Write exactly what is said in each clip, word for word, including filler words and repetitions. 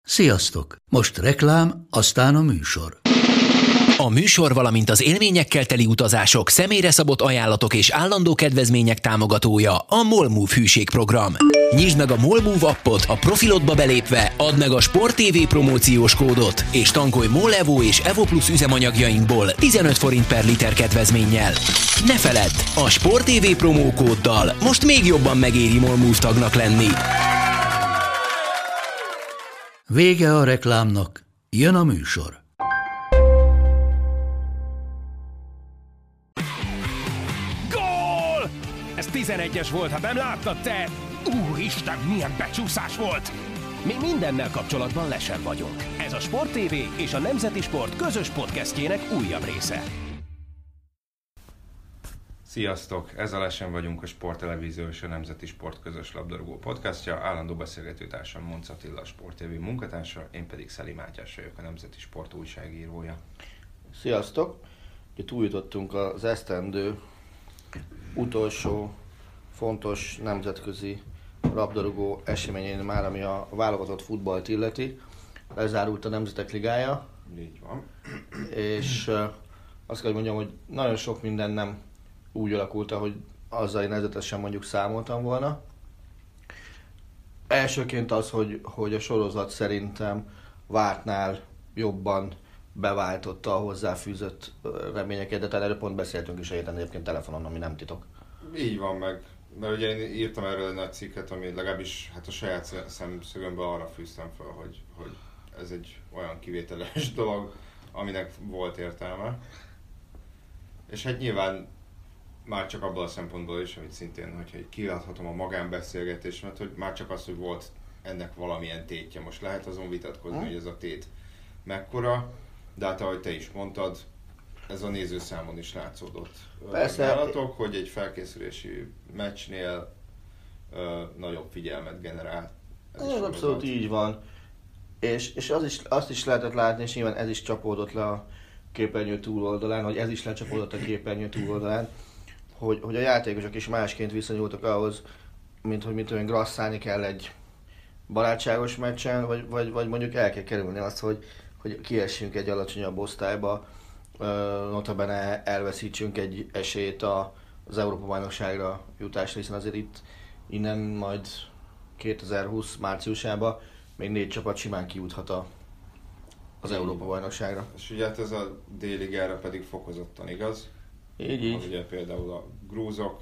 Sziasztok! Most reklám, aztán a műsor. A műsor, valamint az élményekkel teli utazások, személyre szabott ajánlatok és állandó kedvezmények támogatója a MOLMOVE hűségprogram. Nyisd meg a MOLMOVE appot, a profilodba belépve add meg a Sport té vé promóciós kódot, és tankolj MOL Evo és Evo Plus üzemanyagjainkból tizenöt forint per liter kedvezménnyel. Ne feledd, a Sport té vé promókóddal most még jobban megéri MOLMOVE tagnak lenni. Vége a reklámnak, jön a műsor. Gól! Ez tizenegyes volt, ha nem láttad te! Úristen, milyen becsúszás volt! Mi mindennel kapcsolatban lesen vagyunk. Ez a Sport té vé és a Nemzeti Sport közös podcastjének újabb része. Sziasztok! Ez a Lesen vagyunk, a Sport Televízió és a Nemzeti Sport közös labdarúgó podcastja. Állandó beszélgetőtársam Monc Attila, a Sport té vé munkatársa, én pedig Szeli Mátyás vagyok, a Nemzeti Sport újságírója. Sziasztok! Ugye túljutottunk az esztendő utolsó fontos nemzetközi labdarúgó eseményén már, ami a válogatott futballt illeti. Lezárult a Nemzetek Ligája. Így van. És uh, azt kell, hogy mondjam, hogy nagyon sok minden nem úgy alakult, ahogy azzal én nevezetesen mondjuk számoltam volna. Elsőként az, hogy, hogy a sorozat szerintem vártnál jobban beváltotta a hozzáfűzött reményeket, de talán erről pont beszéltünk is a héten egyébként telefonon, ami nem titok. Így van meg, mert ugye én írtam erről egy nagy cikket, ami legalábbis hát a saját szemszögömből arra fűztem fel, hogy, hogy ez egy olyan kivételes dolog, aminek volt értelme. És hát nyilván már csak abban a szempontból is, amit szintén, hogyha kiadhatom a magánbeszélgetésemet, hogy már csak az, hogy volt ennek valamilyen tétje. Most lehet azon vitatkozni, hmm. hogy ez a tét mekkora, de hát ahogy te is mondtad, ez a nézőszámon is látszódott. Persze. Nálatok, hogy egy felkészülési meccsnél ö, nagyobb figyelmet generál. Ez, ez abszolút így van. És, és az is, azt is lehetett látni, és nyilván ez is csapódott le a képernyő túloldalán, hogy ez is lecsapódott a képernyő túloldalán, hogy, hogy a játékosok is másként viszonyultak ahhoz, mint hogy mit olyan grasszálni kell egy barátságos meccsen, vagy, vagy, vagy mondjuk el kell kerülni azt, hogy, hogy kiessünk egy alacsonyabb osztályba, notabene elveszítsünk egy esélyt az Európa-bajnokságra jutásra, hiszen azért itt innen majd kétezer-húsz márciusában még négy csapat simán kijuthat a, az Európa-bajnokságra. És ugye hát ez a D-ligára pedig fokozottan igaz. Így, így. Ugye például a grúzok,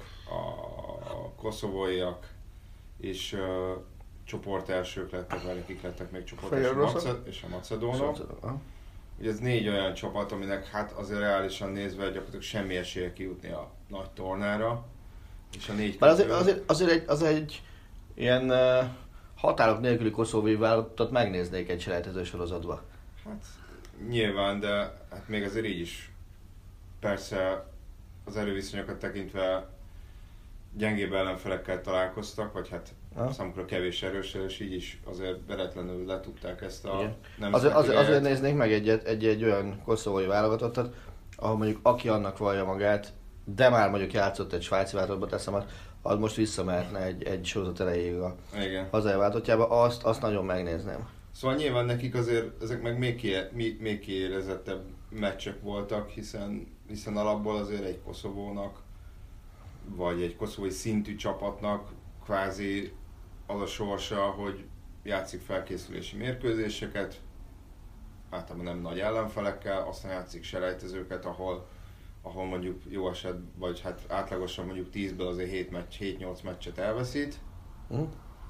a koszovóiak is uh, csoport elsők lettek, vagy akik lettek még csoport elsők, és a macedónok. Ugye ez négy olyan csapat, aminek hát azért reálisan nézve gyakorlatilag semmi esélye kijutni a nagy tornára. És a négy azért, azért, azért egy, az egy ilyen uh, határok nélküli koszovói válogatottat megnéznék egy selejtező sorozatba. Hát nyilván, de hát még azért így is persze az erőviszonyokat tekintve gyengébb ellenfelekkel találkoztak, vagy hát ha. számukra kevés erőssel, és így is azért veretlenül letudták ezt a azért, azért, azért néznék meg egy, egy, egy olyan koszovói válogatottat, ahol mondjuk aki annak vallja magát, de már mondjuk játszott egy svájci válogatottba, teszem, az most visszamehetne egy, egy sorozat elejéig a hazai válogatottjába, azt, azt nagyon megnézném. Szóval nyilván nekik azért ezek meg még, ki, még kiérezettebb meccsek voltak, hiszen, hiszen alapból azért egy Koszovónak, vagy egy koszovói szintű csapatnak kvázi az a sorsa, hogy játszik felkészülési mérkőzéseket, általában nem nagy ellenfelekkel, aztán játszik selejtezőket, ahol, ahol mondjuk jó eset, vagy hát átlagosan mondjuk tízből azért hét meccs, hét-nyolc meccset elveszít. Mm.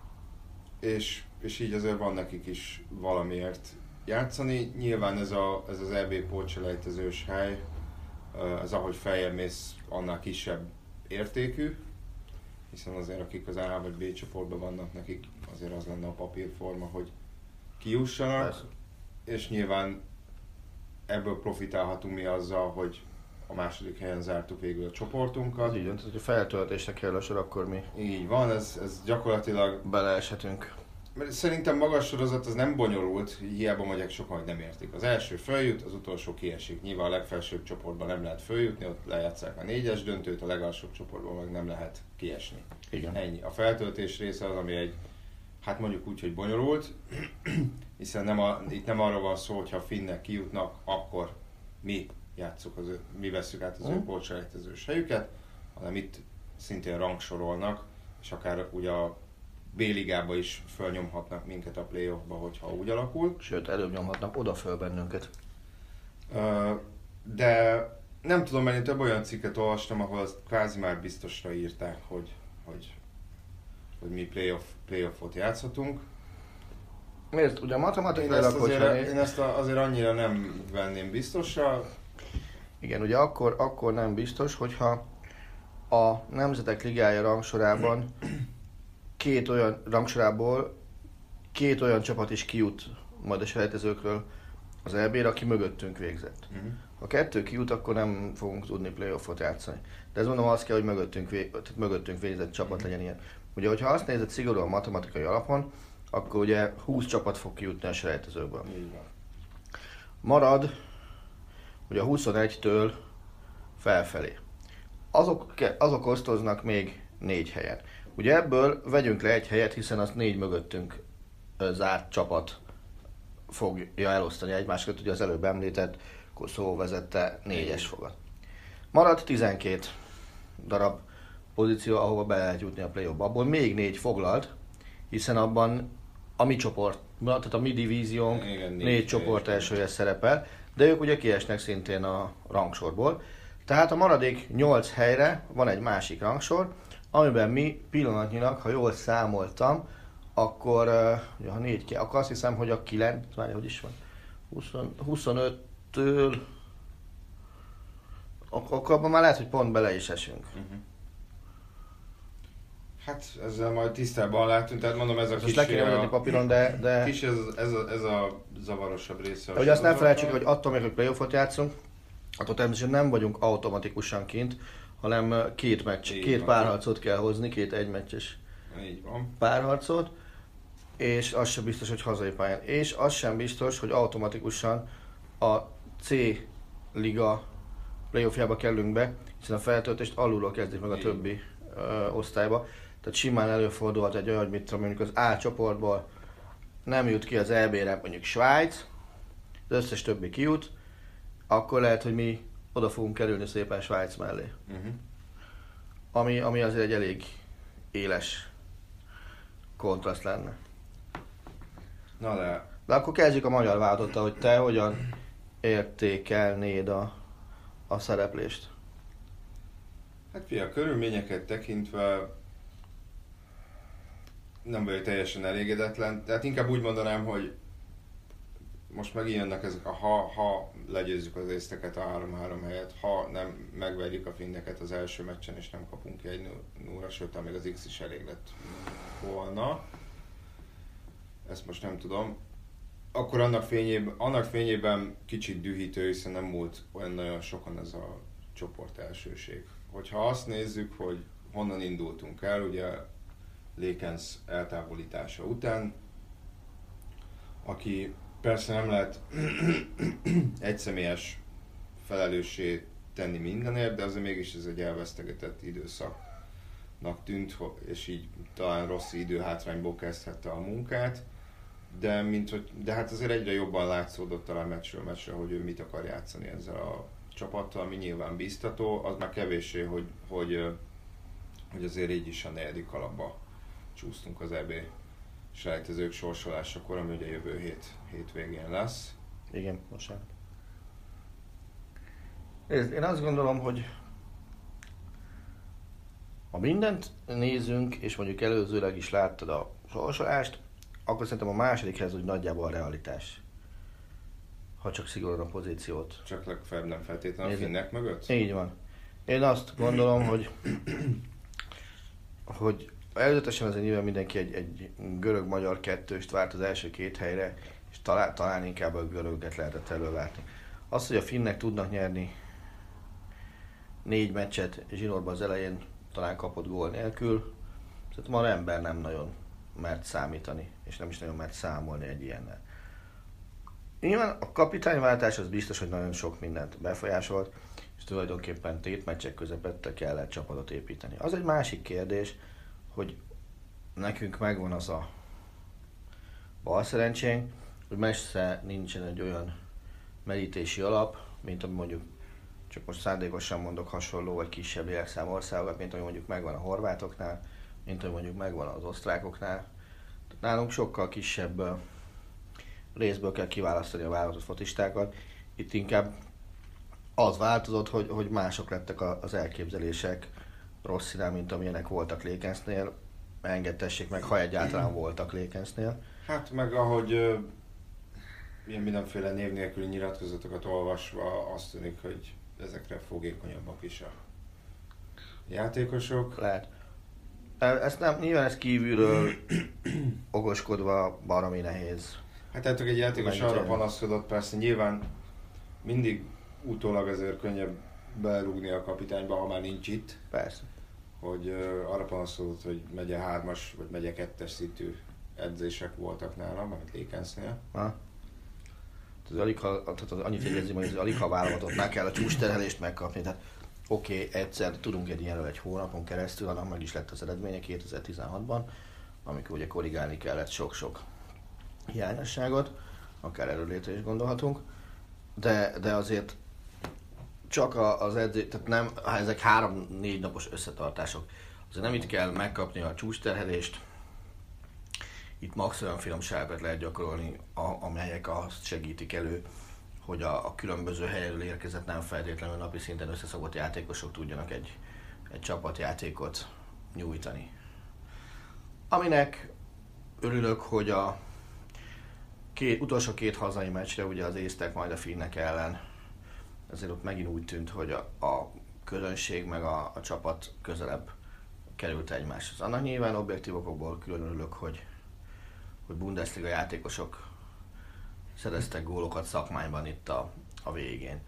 És, és így azért van nekik is valamiért játszani. Nyilván ez, a, ez az é bé pótselejtezős hely, ez ahogy feljebb mész, annál kisebb értékű, hiszen azért akik az A vagy B csoportban vannak, nekik azért az lenne a papírforma, hogy kijussanak, persze. És nyilván ebből profitálhatunk mi azzal, hogy a második helyen zártuk végül a csoportunkat. Ez így van, tehát hogyha feltöltésre kell a sor, akkor mi így van, ez, ez gyakorlatilag beleeshetünk. Mert szerintem magas sorozat az nem bonyolult, hiába mondják sokan, hogy nem értik. Az első följut, az utolsó kiesik. Nyilván a legfelsőbb csoportban nem lehet följutni, ott lejátsszák a négyes döntőt, a legalsóbb csoportban meg nem lehet kiesni. Igen. Ennyi. A feltöltés része az, ami egy, hát mondjuk úgy, hogy bonyolult, hiszen nem a, itt nem arról van szó, hogy ha a finnek kijutnak, akkor mi játsszuk, az ő, mi vesszük át az ő pótselejtezős helyüket, hanem itt szintén rangsorolnak, és akár ugye a B-ligába is fölnyomhatnak minket a playoffba, hogyha úgy alakul. Sőt, előbb nyomhatnak oda föl bennünket. De nem tudom, mert én több olyan cikket olvastam, ahol azt kvázi már biztosra írták, hogy, hogy, hogy mi playoff, playoffot játszhatunk. Miért? Ugye a matematikai Én ezt, azért, lakosság... én ezt a, azért annyira nem venném biztosra. Igen, ugye akkor, akkor nem biztos, hogyha a Nemzetek Ligája rangsorában két olyan rangsorából két olyan csapat is kijut majd a selejtezőkről az é bé-re, aki mögöttünk végzett. Uh-huh. Ha kettő kijut, akkor nem fogunk tudni playoffot játszani. De ez mondom, az kell, hogy mögöttünk, vég, tehát mögöttünk végzett csapat legyen ilyen. Ugye, hogyha azt nézed szigorúan matematikai alapon, akkor ugye húsz csapat fog kijutni a selejtezőből. Marad ugye a huszonegytől felfelé. Azok, azok osztoznak még négy helyen. Ugye ebből vegyünk le egy helyet, hiszen azt négy mögöttünk zárt csapat fogja elosztani egymásokat, ugye az előbb említett Koszovó vezette négyes fogat. Marad tizenkét darab pozíció, ahova be lehet jutni a play-offba. Abból még négy foglalt, hiszen abban a mi csoport, tehát a mi divíziónk igen, négy, négy csoport elsője szerepel, de ők ugye kiesnek szintén a rangsorból. Tehát a maradék nyolc helyre van egy másik rangsor, amiben mi pillanatnyilag, ha jól számoltam, akkor, uh, ha négy ki, akkor azt hiszem, hogy a kilenc, várj, hogy is van, húsz, huszonöttől, akkor abban már lehet, hogy pont bele is esünk. Uh-huh. Hát ezzel majd tisztában látunk, tehát mondom, ez a most kis... le kéne vezetni papíron, de... de... Kis ez, ez, a, ez a zavarosabb része. Hogy azt nem felejtsük, hogy attól még, hogy playoffot játszunk, attól természetesen nem vagyunk automatikusan kint, hanem két meccs, így két van, párharcot kell hozni, két egymeccses párharcot, és az sem biztos, hogy hazai pályán. És az sem biztos, hogy automatikusan a C-liga playoffjába kellünk be, hiszen a feltöltést alulról kezdik meg a többi ö, osztályba. Tehát simán előfordulhat egy olyan, hogy mit tudom, mondjuk az A csoportból nem jut ki az é bé-re mondjuk Svájc, az összes többi kijut, akkor lehet, hogy mi oda fogunk kerülni szépen Svájc mellé. Uh-huh. Ami, ami azért egy elég éles kontraszt lenne. Na de... De akkor kezdjük a magyar váltottal, hogy te hogyan értékelnéd a, a szereplést? Hát fia, a körülményeket tekintve nem vagyok teljesen elégedetlen. Tehát inkább úgy mondanám, hogy most megint jönnek ezek a ha, ha legyőzzük az észteket a három-három helyet, ha nem megverjük a finneket az első meccsen és nem kapunk ki egy núra, sőt, még az X is elég lett volna. Ezt most nem tudom. Akkor annak fényében, annak fényében kicsit dühítő, hiszen nem múlt olyan nagyon sokan ez a csoport elsőség. Hogyha azt nézzük, hogy honnan indultunk el, ugye Lékens eltávolítása után, aki persze nem lehet egyszemélyes felelőssé tenni mindenért, de azért mégis ez egy elvesztegetett időszaknak tűnt, és így talán rossz időhátrányból kezdhette a munkát, de, mint hogy, de hát azért egyre jobban látszódott talán meccsről meccsre, hogy ő mit akar játszani ezzel a csapattal, ami nyilván bíztató, az már kevéssé, hogy, hogy, hogy azért így is a negyedik kalapba csúsztunk az é bé selejtezők sorsolásakor, ami ugye jövő hét hétvégén lesz. Igen, most Nézd, én azt gondolom, hogy ha mindent nézünk, és mondjuk előzőleg is láttad a sorsolást, akkor szerintem a másodikhez úgy nagyjából a realitás. Ha csak szigorúan a pozíciót. Csak legfeljebb nem feltétlenül a finnek mögött? Így van. Én azt gondolom, hogy, hogy előzetesen azért nyilván mindenki egy, egy görög-magyar kettőst várt az első két helyre, és talán, talán inkább a görögöket lehetett előváltani. Az, hogy a finnek tudnak nyerni négy meccset zsinórban az elején, talán kapott gól nélkül, szerintem az ember nem nagyon mert számítani, és nem is nagyon mert számolni egy ilyennel. Nyilván a kapitányváltás az biztos, hogy nagyon sok mindent befolyásolt, és tulajdonképpen tétmeccsek közepette kellett csapatot építeni. Az egy másik kérdés, hogy nekünk megvan az a bal szerencsénk, hogy messze nincsen egy olyan merítési alap, mint ami mondjuk, csak most szándékosan mondok hasonló vagy kisebb lélekszámú országokat, mint ami mondjuk megvan a horvátoknál, mint ami mondjuk megvan az osztrákoknál. Nálunk sokkal kisebb részből kell kiválasztani a válogatott focistákat. Itt inkább az változott, hogy, hogy mások lettek az elképzelések Rossinál, mint amilyenek voltak Lakensnél. Engedtessék meg, ha egyáltalán voltak Lakensnél. Hát meg ahogy uh, ilyen mindenféle név nélküli nyilatkozatokat olvasva azt tűnik, hogy ezekre fogékonyabbak is a játékosok. Lehet. Ezt nem, nyilván ez kívülről okoskodva baromi nehéz. Hát tehát egy játékos Megítélni. arra panaszkodott, persze nyilván mindig utólag ezért könnyebb berúgni a kapitányba, ha már nincs itt. Persze. Hogy uh, arra panaszkodott, hogy megye hármas vagy megye kettes szintű edzések voltak nálam, amit Lakensnél. Ha. Az alig, ha, tehát az annyit jegyezzük, hogy az alig, ha válogatottnál kell a csúcsterhelést megkapni. Tehát oké, okay, egyszer tudunk egy ilyenről egy hónapon keresztül, annak meg is lett az eredménye kétezer-tizenhatban, amikor ugye korrigálni kellett sok-sok hiányosságot, akár erőlétre is gondolhatunk, de, de azért csak az edzés, tehát nem, ezek három-négy napos összetartások. Azért nem itt kell megkapni a csúcsterhelést, itt max olyan finomságokat lehet gyakorolni, amelyek azt segítik elő, hogy a, a különböző helyről érkezett, nem feltétlenül napi szinten összeszokott játékosok tudjanak egy, egy csapatjátékot nyújtani. Aminek örülök, hogy a két, utolsó két hazai meccsre, ugye az észtek majd a finnek ellen, ezért ott megint úgy tűnt, hogy a, a közönség meg a, a csapat közelebb került egymáshoz. Annak nyilván objektív okokból külön örülök, hogy, hogy Bundesliga játékosok szereztek gólokat szakmányban itt a, a végén.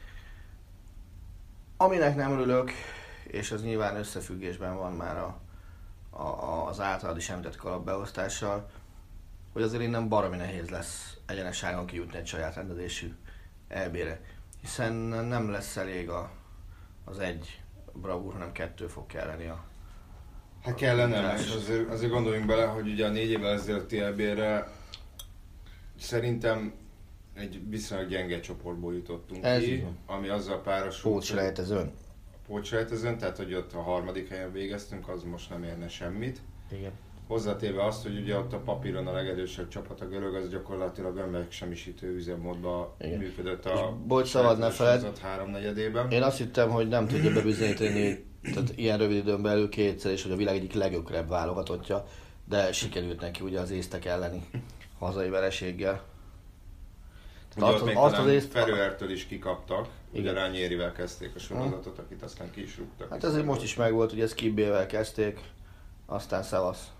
Aminek nem örülök, és az nyilván összefüggésben van már a, a, az általad is említett kalapbeosztással, hogy azért innen baromi nehéz lesz egyeneságon kijutni egy saját rendezésű é bé-re, hiszen nem lesz elég a, az egy bravúr, hanem kettő fog kelleni a... Hát kellene, és azért, azért gondoljunk bele, hogy ugye a négy évvel ezelőtti é bé-re szerintem egy viszonylag gyenge csoportból jutottunk Ez ki, igen. ami azzal párosult... Pótselejtezőn. Pótselejtezőn, tehát hogy ott a harmadik helyen végeztünk, az most nem érne semmit. Igen. Hozzátéve azt, hogy ugye ott a papíron a legerősebb csapat a görög, az gyakorlatilag önmegsemmisítő üzemmódban működött a bocs, szabad ne feled. háromnegyedében. Én azt hittem, hogy nem tudja bebizonyítani, tehát ilyen rövid időn belül kétszer, és hogy a világ egyik legökrebb válogatottja, de sikerült neki ugye az észtek elleni hazai vereséggel. Ugye azt, ott még azt az észt... Ferőertől is kikaptak, igen. Ugye Ranierivel kezdték a sorozatot, hmm. akit aztán ki is rúgtak. Hát ezért most is megvolt, ugye Skibével kezdték, aztán szevasz.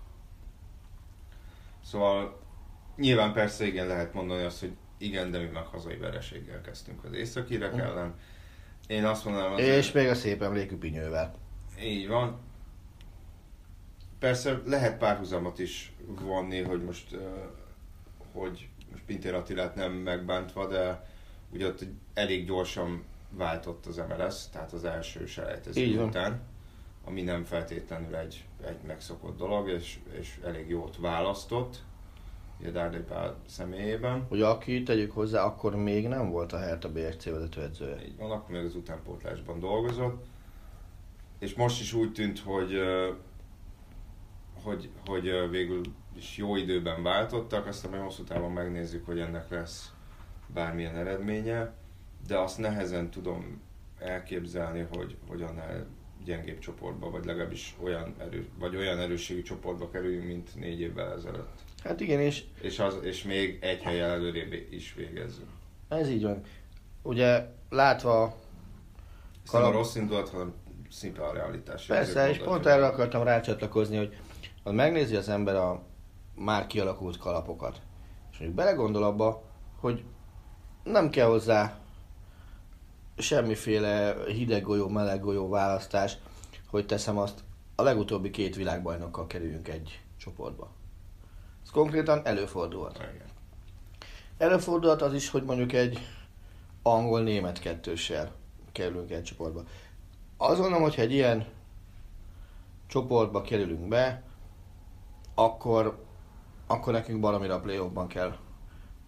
Szóval nyilván persze igen lehet mondani azt, hogy igen, de mi meg hazai vereséggel kezdtünk az északírek hmm. ellen. Én azt mondanám azért... És még a szép emlékű Pinyővel. Így van. Persze lehet párhuzamot is vonni, hogy most, uh, hogy most Pintér Attilát nem megbántva, de ugye ott elég gyorsan váltott az em el es, tehát az első selejtező után, ami nem feltétlenül egy, egy megszokott dolog, és, és elég jót választott, ugye Dárdai Pál személyében. Ugye aki, tegyük hozzá, akkor még nem volt a Hertha bé es cé vezetőedzője. Így van, akkor még az utánpótlásban dolgozott, és most is úgy tűnt, hogy, hogy, hogy végül is jó időben váltottak, aztán majd hosszú távon megnézzük, hogy ennek lesz bármilyen eredménye, de azt nehezen tudom elképzelni, hogy, hogy annál gyengébb csoportba, vagy legalábbis olyan, erő, vagy olyan erősségű csoportba kerüljünk, mint négy évvel ezelőtt. Hát igen, és... És, az, és még egy helyen előrébb is végezzünk. Ez így van. Ugye látva... Ez nem a rossz indulat, hanem szimplán a realitás. Persze, és pont erre akartam rácsatlakozni, hogy ha megnézi az ember a már kialakult kalapokat, és mondjuk belegondol abba, hogy nem kell hozzá semmiféle hideg golyó, meleg golyó választás, hogy teszem azt, a legutóbbi két világbajnokkal kerüljünk egy csoportba. Ez konkrétan előfordulhat. Igen. Előfordulhat az is, hogy mondjuk egy angol-német kettőssel kerülünk egy csoportba. Azt gondolom, hogyha egy ilyen csoportba kerülünk be, akkor, akkor nekünk valamire a play-offban kell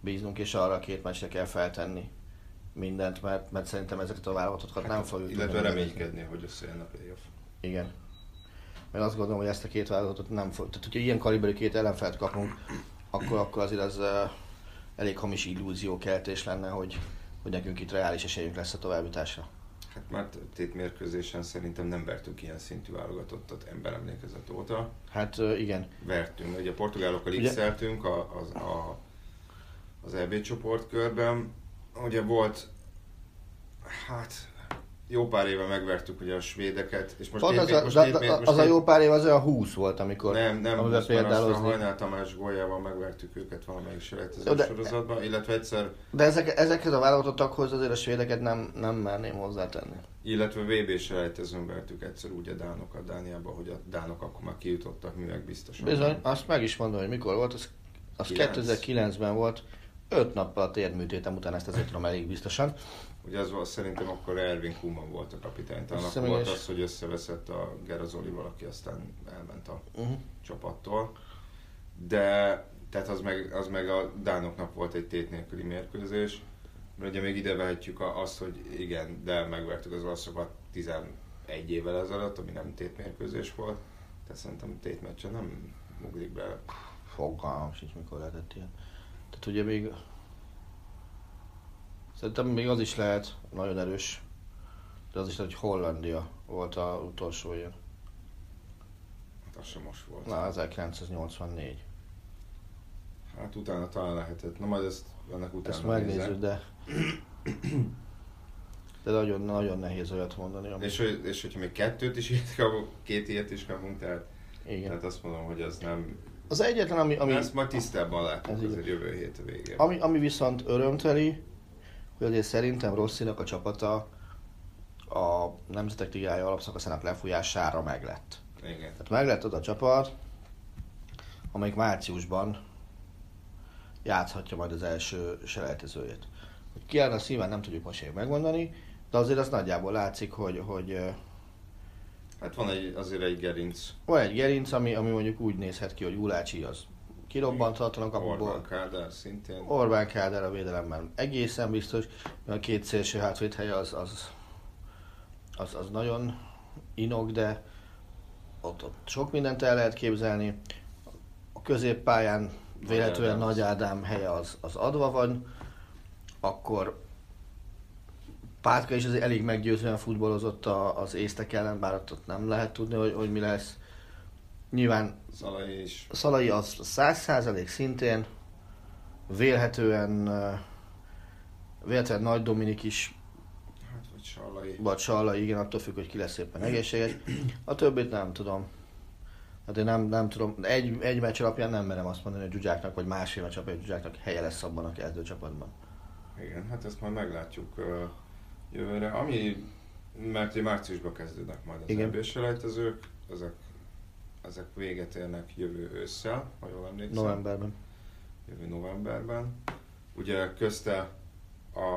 bíznunk, és arra a két meccsre kell feltenni mindent, mert, mert szerintem ezeket a válogatottakat hát, nem fogjuk illetve tudni. Illetve reménykedni, hogy összejön a playoff. Igen. Mert azt gondolom, hogy ezt a két válogatottat nem fog... Tehát, hogyha ilyen kaliberű két ellenfelet kapunk, akkor, akkor azért az uh, elég hamis illúziókeltés lenne, hogy, hogy nekünk itt reális esélyünk lesz a továbbjutásra. Hát már tét mérkőzésen szerintem nem vertünk ilyen szintű válogatottat emberemlékezet óta. Hát uh, igen. Vertünk. Ugye a portugálokkal x-eltünk a, a, a, az é bé csoportkörben. Ugye volt, hát jó pár éve megvertük ugye a svédeket, és most, Pont tét, az, a, most, da, tét, da, most az tét, a jó pár év az olyan húsz volt, amikor nem, nem, amivel például a Hajnál Tamás góljával megvertük őket valamelyik selejtező de, sorozatban, illetve egyszer... De ezek, ezekhez a válogatottakhoz azért a svédeket nem, nem merném hozzátenni. Illetve vé bé selejtezőn vertük egyszer úgy a dánokat Dániában, hogy a dánok akkor már kijutottak, mi meg biztosan. Bizony, azt meg is mondom, hogy mikor volt, az, az kétezer-kilencben volt, öt nappal a térműtétem után, ezt azért tudom elég biztosan. Ugye az volt, szerintem akkor Ervin Koeman volt a kapitány, talán akkor volt az, hogy összeveszett a Gerazolival, aki aztán elment a uh-huh. csapattól. De tehát az meg, az meg a dánoknak volt egy tét nélküli mérkőzés. Mert ugye még ide vehetjük azt, hogy igen, de megvertük az olaszokat tizenegy évvel ezelőtt, ami nem tétmérkőzés volt. Tehát szerintem tétmeccsen nem ugrik bele. Fogalmam sincs, mikor lehetett ilyen. Tehát ugye még... Szerintem még az is lehet nagyon erős, de az is lehet, hogy Hollandia volt az utolsó ilyen. Hát az sem most volt. Na, ezerkilencszáznyolcvannégy. Hát utána talán lehetett. Na majd ezt ennek utána ezt megnézzük, de... De nagyon, nagyon nehéz olyat mondani. Ami... És, hogy, és hogyha még kettőt is írt kapunk, két ilyet is kapunk, tehát, igen. tehát azt mondom, hogy az nem... Az egyetlen, ami... ami... Ezt majd tisztában látunk azért jövő hét végén. Ami, ami viszont örömteli, hogy azért szerintem Rossinak a csapata a Nemzetek Ligája alapszakaszának lefújására meglett. Igen. Tehát meglett az a csapat, amelyik márciusban játszhatja majd az első selejtezőjét. Hogy ki állna szíván, nem tudjuk most még megmondani, de azért az nagyjából látszik, hogy, hogy hát van egy, azért egy gerinc. Van egy gerinc, ami, ami mondjuk úgy nézhet ki, hogy Ulácsi az kirobbanthatatlan a kapuból. Orbán Kádár szintén. Orbán Kádár a védelemben egészen biztos, mert a két szélső hátvédhelye az, az, az, az nagyon inog, de ott, ott sok mindent el lehet képzelni. A középpályán véletlenül Nagy Ádám helye az, az adva van, akkor Pátka is azért elég meggyőzően futballozott az észtek ellen, bár ott nem lehet tudni, hogy, hogy mi lesz. Nyilván Szalai is. Szalai az száz százalék szintén, vélhetően, vélhetően Nagy Dominik is, hát vagy Sallai. Vagy Sallai, igen, attól függ, hogy ki lesz éppen egészséges. A többit nem tudom. Hát én nem, nem tudom, egy, egy meccs alapján nem merem azt mondani, hogy Zsuzsáknak, vagy másfél meccs alapján, hogy Zsuzsáknak helye lesz abban a kezdőcsapatban. Igen, hát ezt majd meglátjuk uh, jövőre. Ami, mert ugye márciusban kezdődnek majd az é bé-selejtezők, ezek, ezek véget érnek jövő ősszel, ha jól emlékszem. Novemberben. Jövő novemberben. Ugye közte a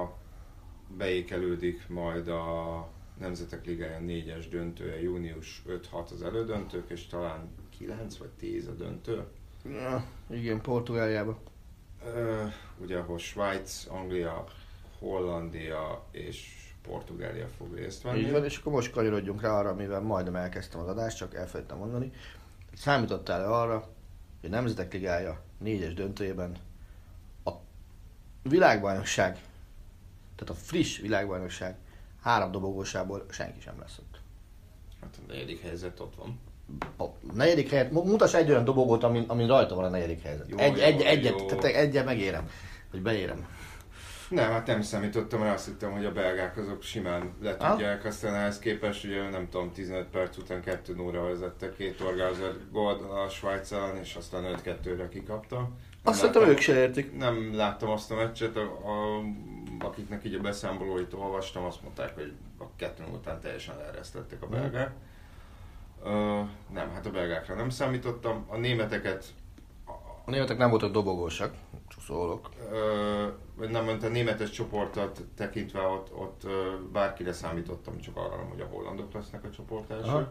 beékelődik majd a Nemzetek Ligája négyes döntője, június öt-hat az elődöntők, és talán kilenc vagy tíz a döntő. Ja, igen, Portugáliában. Uh, ugye ahol Svájc, Anglia, Hollandia és Portugália fog részt venni. Így van, és akkor most kanyarodjunk rá arra, amivel majdnem elkezdtem az adást, csak elfelejtettem mondani. Számítottál-e arra, hogy a Nemzetek Ligája négyes döntőjében a világbajnokság, tehát a friss világbajnokság három dobogósából senki sem lesz ott. Hát a negyedik helyzet ott van. A negyedik helyet, mutass egy olyan dobogót, amin, amin rajta van a negyedik helyzet. Jó, egy, jó, egy, jó. egyet, tehát egyet megérem, hogy beérem. Nem, hát nem számítottam, mert azt hittem, hogy a belgák azok simán le tudják, aztán ehhez képest ugye nem tudom, tizenöt perc után kettő nulla vezettek, két Torgázer gólt a Svájc ellen, és aztán öt kettőre kikapta. Azt hiszem, ők se értik. Nem láttam azt a meccset, a, a, akiknek így a beszámolóit olvastam, azt mondták, hogy a kettő nulla után teljesen leeresztettek a belgák. Uh, nem, hát a belgákra nem számítottam. A németeket... A németek nem voltak dobogósak, csak szólok. Uh, nem, a németes csoportot tekintve ott, ott uh, bárkire számítottam, csak arra nem, hogy a hollandok lesznek a csoportelsők.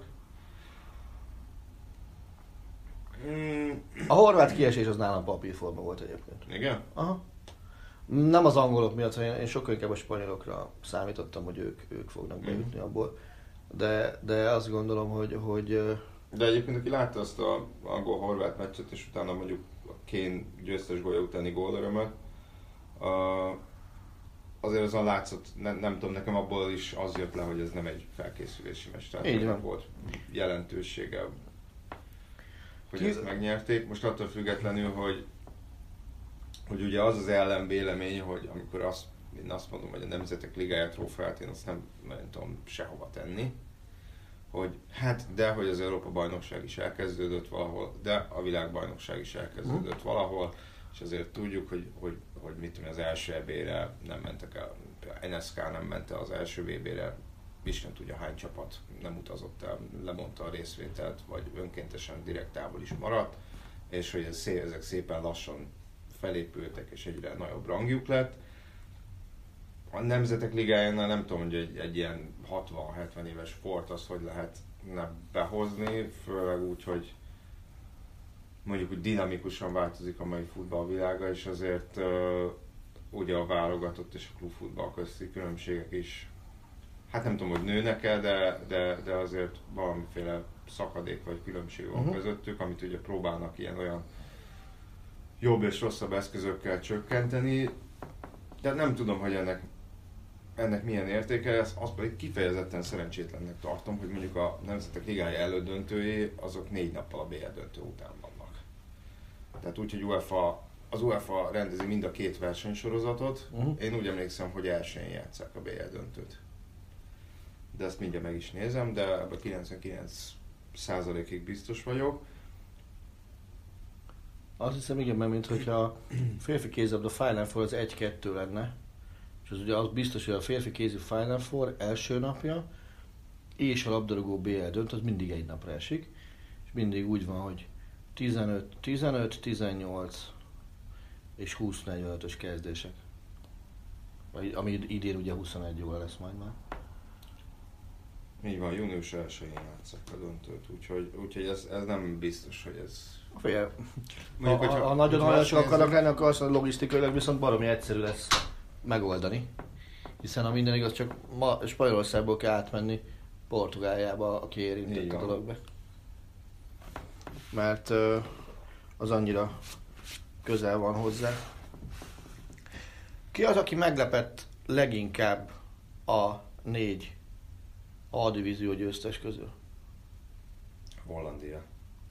Mm. A horvát kiesés az nálam papírforma volt egyébként. Igen? Aha. Nem az angolok miatt, hanem én sokkal inkább a spanyolokra számítottam, hogy ők, ők fognak bejutni abból. De, de azt gondolom, hogy, hogy... De egyébként, aki látta azt a angol-horvát meccset, és utána mondjuk a Kane győztes gólya utáni gólörömöt, azért azon látszott, nem, nem tudom, nekem abból is az jött le, hogy ez nem egy felkészülési meccs, tehát volt jelentősége, hogy Ki... ezt megnyerték. Most attól függetlenül, hogy, hogy ugye az az ellenvélemény, hogy amikor azt, én azt mondom, hogy a Nemzetek Ligája trófeát én azt nem, nem tudom sehova tenni, hogy hát de, hogy az Európa-bajnokság is elkezdődött valahol, de a világbajnokság is elkezdődött mm. valahol, és azért tudjuk, hogy, hogy, hogy mit tudom, az első é bé-re nem mentek el, en es ká nem ment el az első vé bé-re, Isten tudja hány csapat nem utazott el, lemondta a részvételt, vagy önkéntesen direkt távol is maradt, és hogy ez szé, ezek szépen lassan felépültek, és egyre nagyobb rangjuk lett. A Nemzetek Ligájánál nem tudom, hogy egy, egy ilyen hatvan-hetven éves sport az, hogy lehetne behozni, főleg úgy, hogy mondjuk úgy dinamikusan változik a mai futballvilága, és azért uh, ugye a válogatott és a klubfutball közti különbségek is, hát nem tudom, hogy nőnek el, de, de, de azért valamiféle szakadék vagy különbség van uh-huh. közöttük, amit ugye próbálnak ilyen olyan jobb és rosszabb eszközökkel csökkenteni, de nem tudom, hogy ennek, ennek milyen értéke lesz, azt pedig kifejezetten szerencsétlennek tartom, hogy mondjuk a Nemzetek Ligája elődöntői azok négy nappal a bé el döntő után vannak. Tehát úgy, hogy UEFA, az UEFA rendezi mind a két versenysorozatot, uh-huh. én úgy emlékszem, hogy elsőn játsszák a bé el döntőt. De ezt mindjárt meg is nézem, de ebben kilencvenkilenc százalékig biztos vagyok. Azt hiszem, igen, mert mintha a férfi kézilabda Final Four az egy-kettő lenne, és az ugye az biztos, hogy a férfi kézi Final Four első napja és a labdarúgó bé el döntő, az mindig egy napra esik, és mindig úgy van, hogy tizenöt, tizenöt, tizennyolc és húsz negyvenötös kezdések. Ami idén ugye huszonegy óra lesz majd már. Így van, június elsején játsszák a döntőt, úgyhogy, úgyhogy ez, ez nem biztos, hogy ez... Figyelj, ha, hogyha, ha nagyon hajlasak akarnak lenni, akkor azt mondja, logisztikailag viszont baromi egyszerű lesz megoldani. Hiszen ha minden igaz, csak ma Spanyolországból kell átmenni Portugáliába, aki érintett a dologba. Mert uh, az annyira közel van hozzá. Ki az, aki meglepett leginkább a négy A-divízió győztes közül? Hollandia.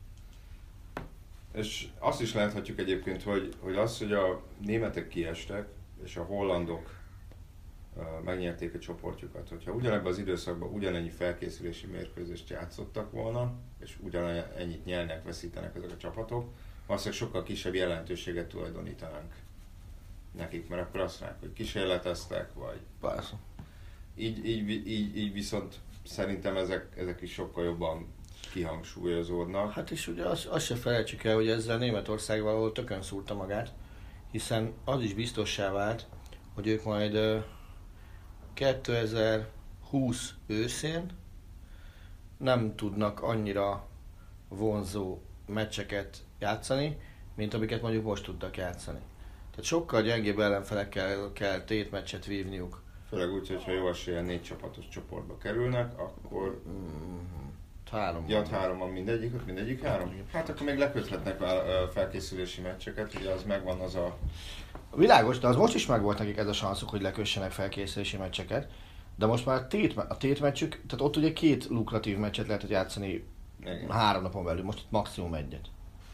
És azt is láthatjuk egyébként, hogy, hogy az, hogy a németek kiestek, és a hollandok uh, megnyerték a csoportjukat. Hogyha ugyanebben az időszakban ugyanennyi felkészülési mérkőzést játszottak volna, és ugyanennyit nyernek, veszítenek ezek a csapatok, valószínűleg sokkal kisebb jelentőséget tulajdonítanánk nekik, mert akkor azt mondják, hogy kísérleteztek, vagy... Persze. Így, így, így, így viszont szerintem ezek, ezek is sokkal jobban kihangsúlyozódnak. Hát és ugye azt, azt se felejtsük el, hogy ezzel Németország valahol tökön szúrta magát, hiszen az is biztossá vált, hogy ők majd kétezer-húsz őszén nem tudnak annyira vonzó meccseket játszani, mint amiket mondjuk most tudtak játszani. Tehát sokkal gyengébb ellenfelekkel kell tétmeccset vívniuk. Főleg úgy, hogyha jó eséllyel négy csapatos csoportba kerülnek, akkor... Mm, három. Ja, három van mindegyik, mindegyik három? Hát akkor még leköthetnek felkészülési meccseket, ugye az megvan az a... Világos, de az most is megvolt nekik ez a sanszuk, hogy lekössenek felkészülési meccseket. De most már a, tét, a tétmeccsük, tehát ott ugye két lukratív meccset lehetett játszani. Igen. Három napon belül, most maximum egyet.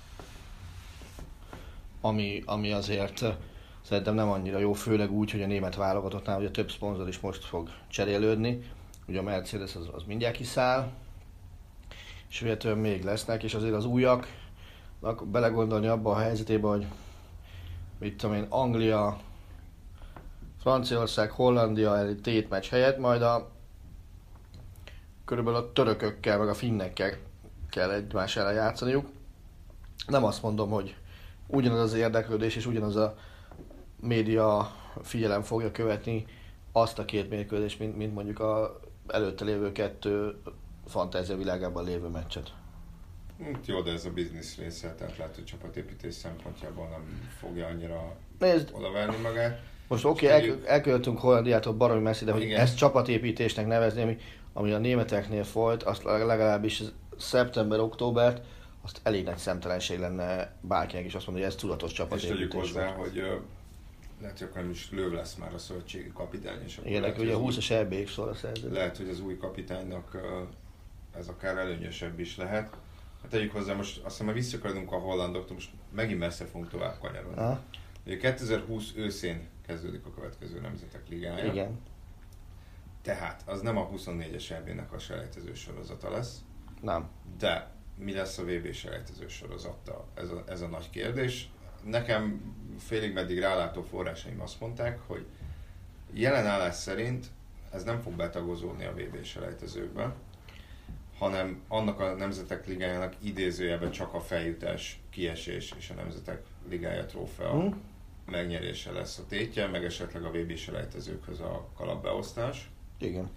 Ami, ami azért szerintem nem annyira jó, főleg úgy, hogy a német válogatottnál ugye több szponzor is most fog cserélődni. Ugye a Mercedes az, az mindjárt kiszáll, és véletlenül még lesznek, és azért az újaknak belegondolni abba a helyzetébe, hogy mit tudom én, Anglia, Franciaország, Hollandia egy tétmeccs helyett, majd a körülbelül a törökökkel, meg a finnekkel kell egymás ellen játszaniuk. Nem azt mondom, hogy ugyanaz az érdeklődés és ugyanaz a média figyelem fogja követni azt a két mérkőzést, mint, mint mondjuk a előtte lévő kettő fantázia világában lévő meccset. Hát jó, de ez a biznisz része, tehát lehet, hogy csapatépítés szempontjából nem fogja annyira Nézd, odaverni magát. most oké, okay, el, elköltünk Hollandiától baromi messzi, de hogy Igen. ezt csapatépítésnek nevezni, ami, ami a németeknél folyt, azt legalábbis szeptember-októbert, azt elég nagy szemtelenség lenne bárkinek is azt mondani, hogy ez tudatos És csapatépítés. tegyük hozzá, volt. hogy ö, lehet, hogy akkor nem is Löw lesz már a szövetségi kapitány. És Igen, neki ugye a húszas é bé-ig szól a szerződés. Lehet, hogy az új kapitánynak ö, ez akár előnyösebb is lehet. Hát tegyük hozzá, most azt hiszem, hogy visszakadunk a hollandoktól, most megint messze fogunk tovább kanyarodni. Aha. Ugye kétezer-húsz őszén kezdődik a következő Nemzetek Ligája. Igen. Tehát az nem a huszonnégyes é bé-nek a selejtező sorozata lesz, Nem. de mi lesz a vé bé selejtező sorozattal? Ez a, ez a nagy kérdés. Nekem félig meddig rálátó forrásaim azt mondták, hogy jelen állás szerint ez nem fog betagozódni a vé bé selejtezőkbe, hanem annak a Nemzetek Ligájának idézőjelben csak a feljutás, kiesés és a Nemzetek Ligája trófea Hmm. megnyerése lesz a tétje, meg esetleg a vé bé selejtezőkhöz a kalapbeosztás. Igen.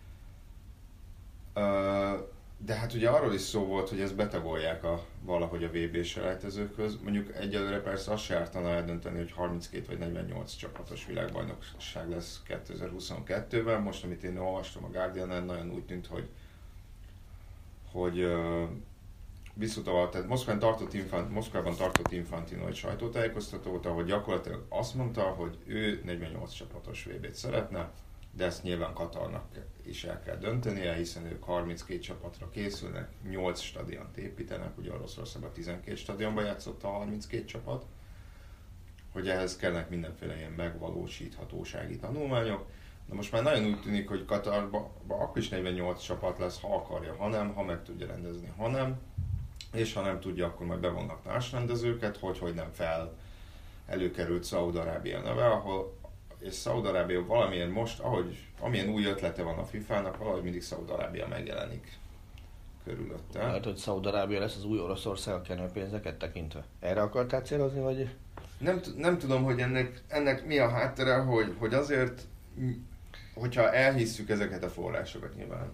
De hát ugye arról is szó volt, hogy ezt betagolják a, valahogy a vé bé selejtezőkhöz. Mondjuk egyelőre persze azt se ártana eldönteni, hogy harminckét vagy negyvennyolc csapatos világbajnokság lesz kétezer-huszonkettőben. Most, amit én olvastam a Guardianen, nagyon úgy tűnt, hogy hogy uh, visszutóval, tehát Moszkván tartott Infant, Moszkvában tartott Infantino egy sajtótájékoztatót, ahol gyakorlatilag azt mondta, hogy ő negyvennyolc csapatos vé bét szeretne, de ezt nyilván Katarnak is el kell döntenie, hiszen ők harminckét csapatra készülnek, nyolc stadiont építenek, ugye Oroszországban tizenkét stadionban játszott a harminckét csapat, hogy ehhez kellnek mindenféle ilyen megvalósíthatósági tanulmányok. Na most már nagyon úgy tűnik, hogy Katarban akkor is negyvennyolc csapat lesz, ha akarja, ha nem, ha meg tudja rendezni, ha nem, és ha nem tudja, akkor majd bevonnak társrendezőket, hogy, hogy nem fel előkerült Szaúd-Arábia neve, ahol és Szaúd-Arábia valamilyen most, ahogy amilyen új ötlete van a fifának, valahogy mindig Szaúd-Arábia megjelenik körülötte. Lehet, hogy Szaúd-Arábia lesz az új Oroszország a kenőpénzeket tekintve. Erre akartál célozni, vagy? Nem, nem tudom, hogy ennek, ennek mi a háttere, hogy, hogy azért, hogyha elhisszük ezeket a forrásokat nyilván,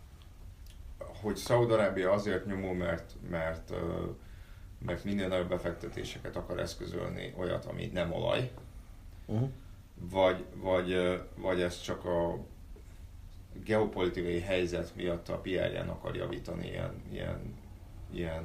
hogy Szaúd-Arábia azért nyomul, mert, mert, mert minél nagyobb befektetéseket akar eszközölni, olyat, ami nem olaj, Uh-huh. vagy, vagy, vagy ez csak a geopolitikai helyzet miatt a pé er-ján akar javítani ilyen, ilyen, ilyen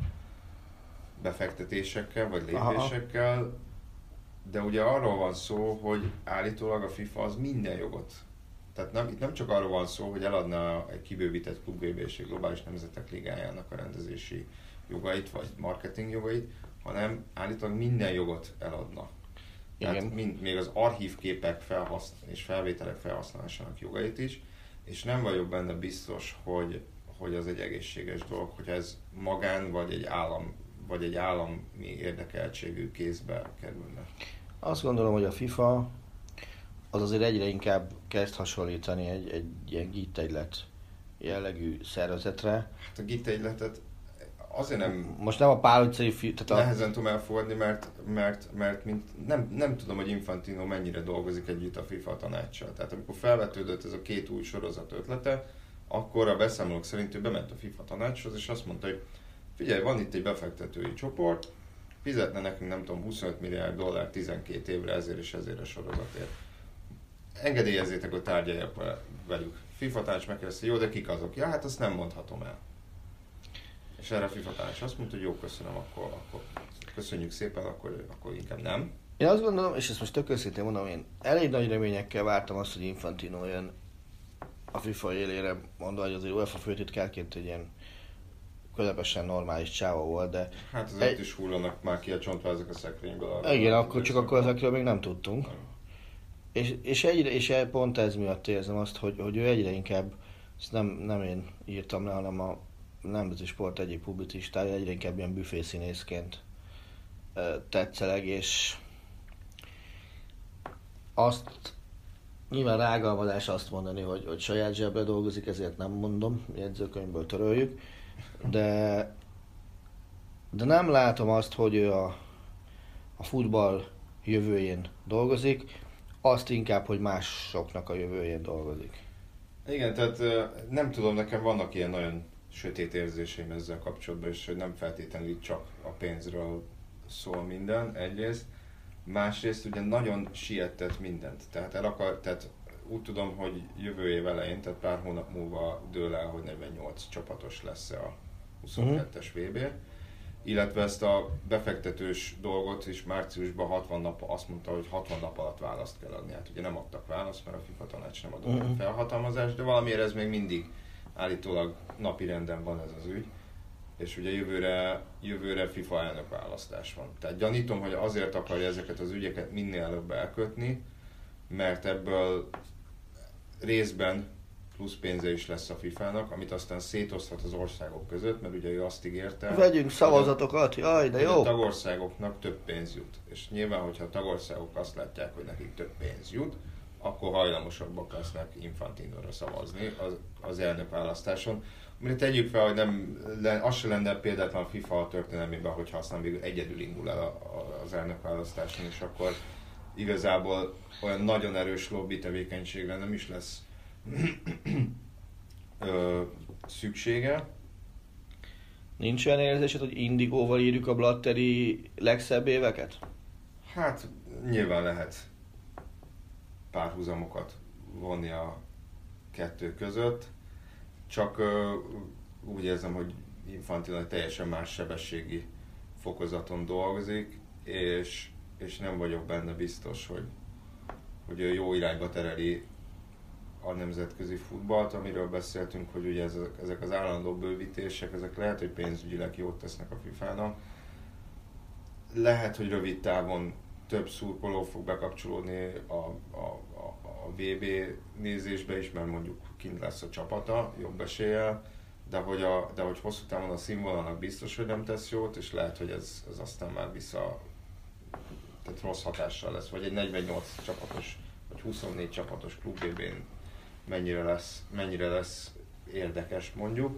befektetésekkel, vagy lépésekkel. Aha. De ugye arról van szó, hogy állítólag a FIFA az minden jogot. Tehát nem, itt nem csak arról van szó, hogy eladna egy kibővített klub vé bé és egy globális nemzetek ligájának a rendezési jogait, vagy marketing jogait, hanem állítólag minden jogot eladna. Tehát mind, még az archívképek felhaszn- és felvételek felhasználásának jogait is, és nem vagyok benne biztos, hogy, hogy az egy egészséges dolog, hogy ez magán vagy egy állam, vagy egy állami érdekeltségű kézbe kerülne. Azt gondolom, hogy a FIFA az azért egyre inkább kezd hasonlítani egy, egy ilyen gittegylet jellegű szervezetre. Hát a gittegyletet azért nem... Most nem a Pál utcai fi... Tehát a... Nehezen tudom elfogadni, mert, mert, mert mint nem, nem tudom, hogy Infantino mennyire dolgozik együtt a FIFA tanácssal. Tehát amikor felvetődött ez a két új sorozat ötlete, akkor a beszámolók szerint ő bement a FIFA tanácshoz, és azt mondta, hogy figyelj, van itt egy befektetői csoport, fizetne nekünk nem tudom huszonöt milliárd dollár tizenkét évre ezért és ezért a sorozatért. Engedélyezzétek, hogy tárgyaljak velük. FIFA tanács megkérdezte, jó, de kik azok? Ja, hát azt nem mondhatom el. És erre a FIFA tanács azt mondta, hogy jó, köszönöm, akkor, akkor köszönjük szépen, akkor, akkor inkább nem. Én azt gondolom, és ezt most tök őszintén mondom, én elég nagy reményekkel vártam azt, hogy Infantino jön a FIFA élére, mondva, hogy azért UEFA főtitkárként egy ilyen közepesen normális csáva volt, de... Hát az egy... ott is hullanak már ki a csontvázak a szekrényből. Igen, akkor csak akkor ezekről még nem tudtunk. És, és, egyre, és pont ez miatt érzem azt, hogy, hogy ő egyre inkább, ezt nem, nem én írtam le, hanem a Nemzeti Sport egyik publicistája, egyre inkább ilyen büfészínészként tetszeleg, és azt nyilván rágalmazás azt mondani, hogy, hogy saját zsebre dolgozik, ezért nem mondom, jegyzőkönyvből töröljük, de, de nem látom azt, hogy ő a, a futball jövőjén dolgozik, azt inkább, hogy másoknak a jövőjén dolgozik. Igen, tehát nem tudom, nekem vannak ilyen nagyon sötét érzéseim ezzel kapcsolatban, és hogy nem feltétlenül csak a pénzről szól minden, egyrészt. Másrészt ugye nagyon sietett mindent, tehát, el akar, tehát úgy tudom, hogy jövő év elején, tehát pár hónap múlva dől el, hogy negyvennyolc csapatos lesz a huszonkettes vé bé, illetve ezt a befektetős dolgot is márciusban hatvan nap, azt mondta, hogy hatvan nap alatt választ kell adni. Hát ugye nem adtak választ, mert a FIFA tanács nem adott uh-huh. felhatalmazást, de valamiért ez még mindig állítólag napirenden van ez az ügy. És ugye jövőre, jövőre FIFA elnök választás van. Tehát gyanítom, hogy azért akarja ezeket az ügyeket minél előbb elkötni, mert ebből részben plusz pénze is lesz a fifának, amit aztán szétoszthat az országok között, mert ugye ő azt ígérte... Vegyünk szavazatokat, jaj, de jó! A tagországoknak több pénz jut. És nyilván, hogyha a tagországok azt látják, hogy nekik több pénz jut, akkor hajlamosabbak lesznek Infantinóra szavazni az, az elnök választáson. Mert tegyük fel, hogy nem, az se lenne példátlan a FIFA a történelmében, hogyha aztán végül egyedül indul el a, a, az elnök választáson, és akkor igazából olyan nagyon erős lobby tevékenységre nem is lesz ö, szüksége. Nincs olyan érzésed, hogy indigóval írjuk a Blatteri legszebb éveket? Hát nyilván lehet párhuzamokat vonni a kettő között, csak ö, úgy érzem, hogy Infantino egy teljesen más sebességi fokozaton dolgozik, és, és nem vagyok benne biztos, hogy, hogy ő jó irányba tereli a nemzetközi futballt, amiről beszéltünk, hogy ugye ezek, ezek az állandó bővítések, ezek lehet, hogy pénzügyileg jót tesznek a fifának. Lehet, hogy rövid távon több szurkoló fog bekapcsolódni a, a, a, a vé bé nézésbe is, mert mondjuk kint lesz a csapata, jobb eséllyel, de hogy, a, de hogy hosszú távon a színvonalnak biztos, hogy nem tesz jót, és lehet, hogy ez, ez aztán már vissza, tehát rossz hatással lesz, vagy egy negyvennyolc csapatos, vagy huszonnégy csapatos klub vé bén mennyire lesz, mennyire lesz érdekes, mondjuk.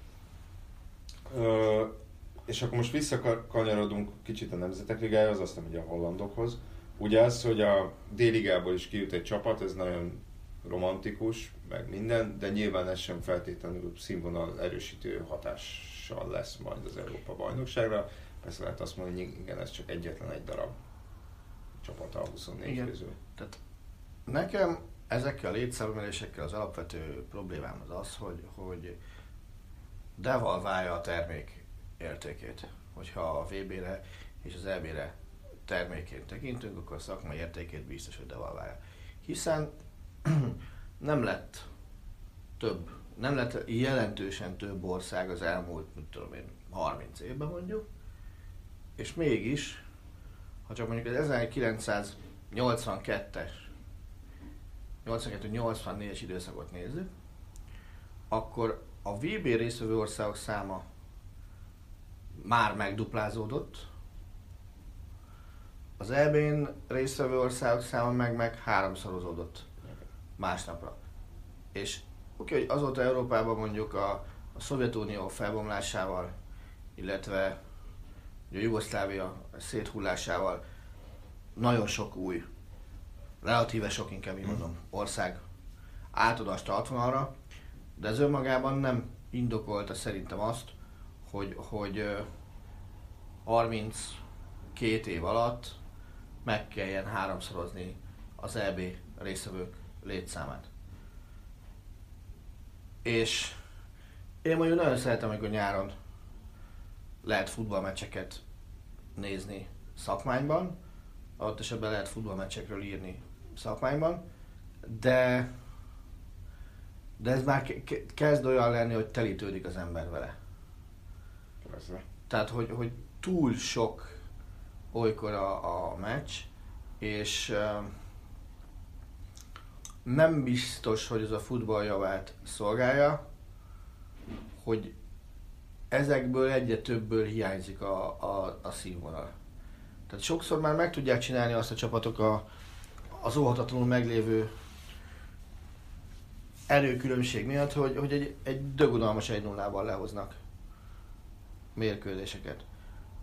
Ö, és akkor most visszakanyarodunk kicsit a Nemzetek Ligájához, aztán ugye a hollandokhoz. Ugye az, hogy a D-ligából is kijut egy csapat, ez nagyon romantikus, meg minden, de nyilván ez sem feltétlenül színvonal erősítő hatással lesz majd az Európa-bajnokságra. Persze lehet azt mondani, hogy igen, ez csak egyetlen egy darab csapata a huszonnégy igen. közül. Tehát nekem ezekkel a létszámemelésekkel az alapvető problémám az az, hogy, hogy devalválja a termék értékét. Hogyha a vé bére és az é bére termékként tekintünk, akkor a szakmai értékét biztos, hogy devalválja. Hiszen nem lett több, nem lett jelentősen több ország az elmúlt, mit tudom én, harminc évben mondjuk, és mégis, ha csak mondjuk az ezerkilencszáznyolcvankettes nyolcvankettő nyolcvannégyes időszakot nézzük, akkor a vé bé résztvevő országok száma már megduplázódott, az é bén résztvevő országok száma meg, meg háromszorozódott másnapra. És oké, hogy azóta Európában mondjuk a, a Szovjetunió felbomlásával, illetve a Jugoszlávia széthullásával nagyon sok új, relatíve sok, inkább így mondom, ország átad a startvonalra, de ez önmagában nem indokolta szerintem azt, hogy, hogy harminckét év alatt meg kelljen háromszorozni az é bé résztvevők létszámát. És én mondjuk nagyon szeretem, amikor nyáron lehet futballmeccseket nézni szakmányban, ott esetben lehet futballmeccsekről írni szakmányban, de, de ez már ke- kezd olyan lenni, hogy telítődik az ember vele. Persze. Tehát, hogy, hogy túl sok olykor a, a meccs, és uh, nem biztos, hogy ez a futball javát szolgálja, hogy ezekből egyre többből hiányzik a, a, a színvonal. Tehát sokszor már meg tudják csinálni azt a csapatok a, az óhatatlanul meglévő erőkülönbség miatt, hogy, hogy egy, egy dögunalmas egy nullával lehoznak mérkőzéseket.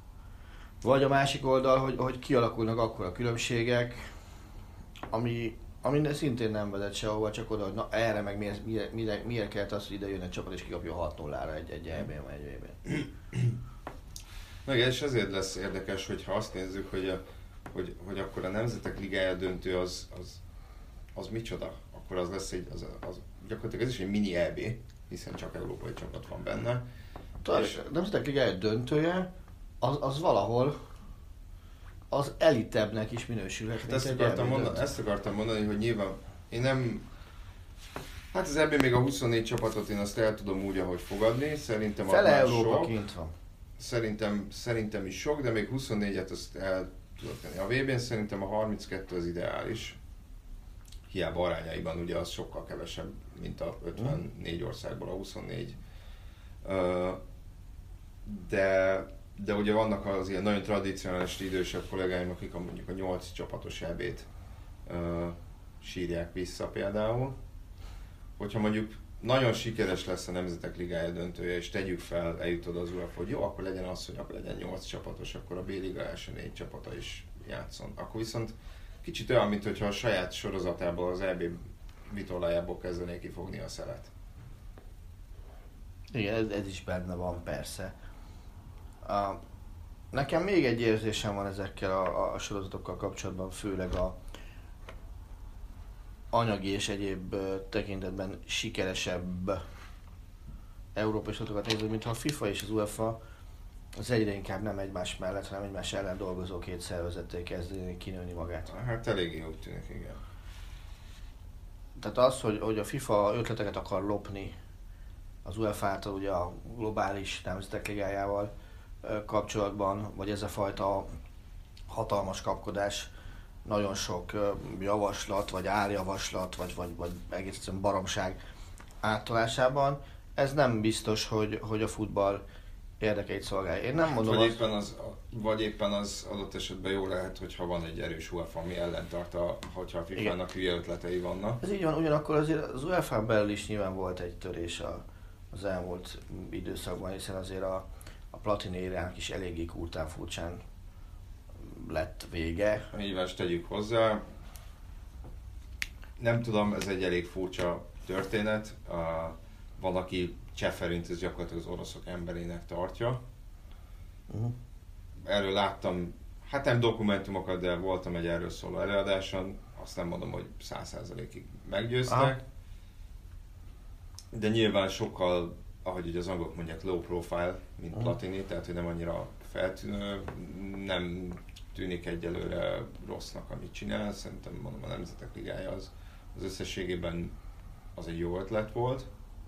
Vagy a másik oldal, hogy, hogy kialakulnak akkor a különbségek, ami Ami szintén nem vezet sehova, csak oda, hogy na erre meg miért, miért, miért, miért kellett az, hogy ide jön egy csapat és kikapja hat nullára egy, egy é bén vagy egy vé bén. Meg és ezért lesz érdekes, hogyha azt nézzük, hogy, a, hogy, hogy akkor a Nemzetek Ligája döntő az, az, az micsoda? Akkor az lesz egy, az, az, gyakorlatilag ez is egy mini é bé, hiszen csak európai csapat van benne. Talán és... a Nemzetek Ligája döntője, az, az valahol az elitebbnek is minősülhet. Hát ezt, akartam mondani, ezt akartam mondani, hogy nyilván én nem... Hát az é bé még a huszonnégy csapatot én azt el tudom úgy, ahogy fogadni. Szerintem az Fele már Európa sok. kint van. Szerintem, szerintem is sok, de még huszonnégyet azt el tudok tenni. A vé bén szerintem a harminckettő az ideális. Hiába arányaiban ugye az sokkal kevesebb, mint a ötvennégy országból a huszonnégy. De, de ugye vannak az ilyen nagyon tradicionális idősebb kollégáim, akik a, mondjuk a nyolc csapatos é bét sírják vissza például. Hogyha mondjuk nagyon sikeres lesz a Nemzetek Ligája döntője, és tegyük fel, eljutod az u e fá, hogy jó, akkor legyen az, hogy akkor legyen nyolc csapatos, akkor a B-liga első négy csapata is játszon. Akkor viszont kicsit olyan, mintha a saját sorozatából, az é bé vitorlájából kezdené kifogni a szelet. Igen, ez, ez is benne van, persze. A, nekem még egy érzésem van ezekkel a, a sorozatokkal kapcsolatban, főleg a anyagi és egyéb tekintetben sikeresebb európai sorozatokat nézve, mintha a FIFA és az UEFA az egyre inkább nem egymás mellett, hanem egymás ellen dolgozó két szervezettel kezdeni kinőni magát. Hát eléggé úgy tűnik, igen. Tehát az, hogy, hogy a FIFA ötleteket akar lopni az UEFA-tól ugye a globális nemzetek ligájával kapcsolatban, vagy ez a fajta hatalmas kapkodás, nagyon sok javaslat, vagy árjavaslat, vagy, vagy, vagy egész egyszerűen baromság áttolásában, ez nem biztos, hogy, hogy a futball érdekeit szolgálja. Én nem mondom vagy, azt... éppen az, vagy éppen az adott esetben jó lehet, hogyha van egy erős UEFA, ami ellentart, a, hogyha a FIFA-nak hülye ötletei vannak. Ez így van, ugyanakkor azért az UEFA-n belül is nyilván volt egy törés a, az elmúlt időszakban, hiszen azért a, a Platini érának is eléggé kurtán furcsán lett vége. Nyilván is tegyük hozzá. Nem tudom, ez egy elég furcsa történet. Uh, van, aki Cseferint, ez gyakorlatilag az oroszok emberének tartja. Uh-huh. Erről láttam, hát nem dokumentumokat, de voltam egy erről szóló előadáson. Azt nem mondom, hogy száz százalékig meggyőztek. Aha. De nyilván sokkal, ahogy ugye az angolok mondják, low profile, mint uh-huh. Platini, tehát hogy nem annyira feltűnő, nem tűnik egyelőre rossznak, amit csinál. Szerintem mondom, a Nemzetek Ligája az, az összességében az egy jó ötlet volt.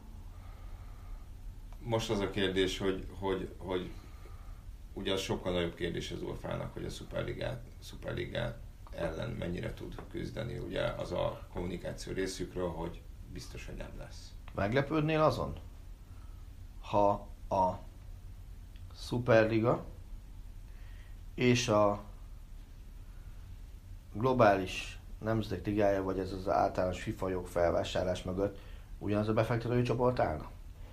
Most az a kérdés, hogy, hogy, hogy ugye az sokkal nagyobb kérdés az u e fá-nak, hogy a Szuperligát, Szuperligát ellen mennyire tud küzdeni. Ugye az a kommunikáció részükről, hogy biztos, hogy nem lesz. Meglepődnél azon, ha a Szuperliga és a globális nemzetek ligája, vagy ez az általános FIFA jog felvásárlás mögött ugyanaz a befektetői csoport állna?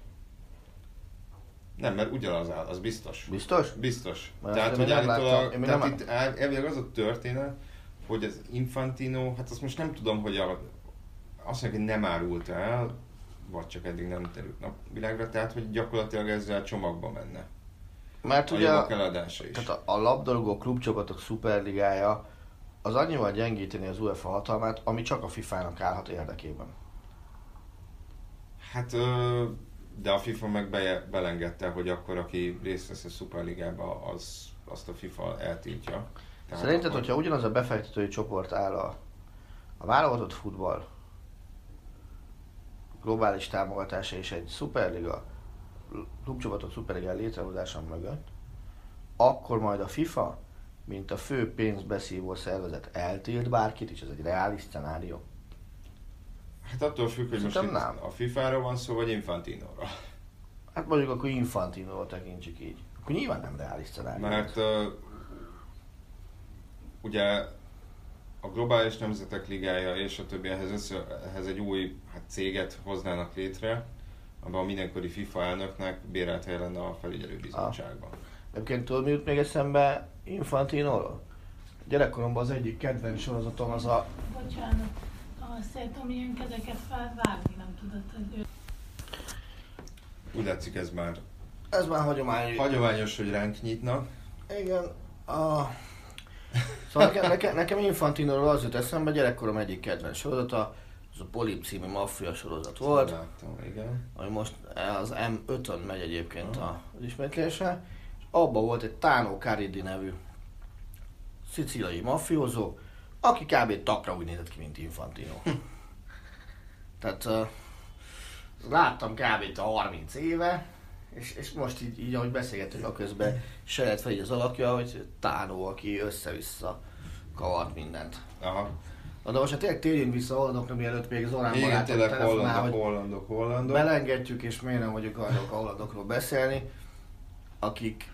Nem, mert ugyanaz áll, az biztos. Biztos? Biztos. Mert tehát, hogy állítólag, tehát nem itt elvileg az a történet, hogy az Infantino, hát azt most nem tudom, hogy a, azt mondja, hogy nem árult el, vagy csak eddig nem terült napvilágra, tehát, hogy gyakorlatilag ezzel csomagba menne. Mert a ugye a, eladása is. tehát a, a labdarúgó klubcsapatok szuperligája az annyival gyengíteni az u e fá hatalmát, ami csak a fifának állhat érdekében. Hát, de a FIFA meg be, belengedte, hogy akkor aki részt vesz a szuperligába, az, azt a FIFA eltiltja. Tehát szerinted, akkor... hogyha ugyanaz a befektetői csoport áll a, a válogatott futball globális támogatása és egy szuperliga, klubcsapatok szuperliga létrehozása mögött, akkor majd a FIFA, mint a fő pénzbeszívó szervezet eltilt bárkit is, ez egy reális szenárió. Hát attól függ, hogy szerintem most nem. A fifáról van szó, vagy Infantinóra. Hát mondjuk akkor Infantinóra tekintsük így. Akkor nyilván nem reális szenárió. Mert uh, ugye a globális nemzetek ligája és a többi ehhez, össze, ehhez egy új hát, céget hoznának létre, abban a mindenkori FIFA elnöknek bérelt helye lenne a felügyelőbizottságban. Ah. Egyébként tudod, mi jut még eszembe Infantinóról? Gyerekkoromban az egyik kedvenc sorozatom az a... Bocsánat. Azt szerintem ilyen kezeket felvágni nem tudod, hogy ő... Úgy látszik, ez már Ez már hagyomány. hagyományos, hogy ránk nyitnak. Igen. A... Szóval nekem, nekem, nekem Infantinoról az jut eszembe, gyerekkorom egyik kedvenc sorozata, az a Polip című maffia sorozat volt. Láttam, igen. Ami most az em ötön megy egyébként a, az ismétlése. És abban volt egy Tano Caridi nevű szicíliai maffiózó, aki kb. Takra úgy nézett ki, mint Infantino. Tehát uh, láttam kb. A harminc éve, és, és most így, így ahogy beszélgettünk a közben, se lehet fel így az alakja, hogy Tano, aki össze-vissza kavart mindent. Aha. Na de most hát tényleg térjünk vissza hollandokra, mielőtt még Zorán Igen, barátok tényleg telefonál, hollandok, hogy hollandok, hollandok. belengedjük, és miért nem vagyok hajlandók a hollandokról beszélni, akik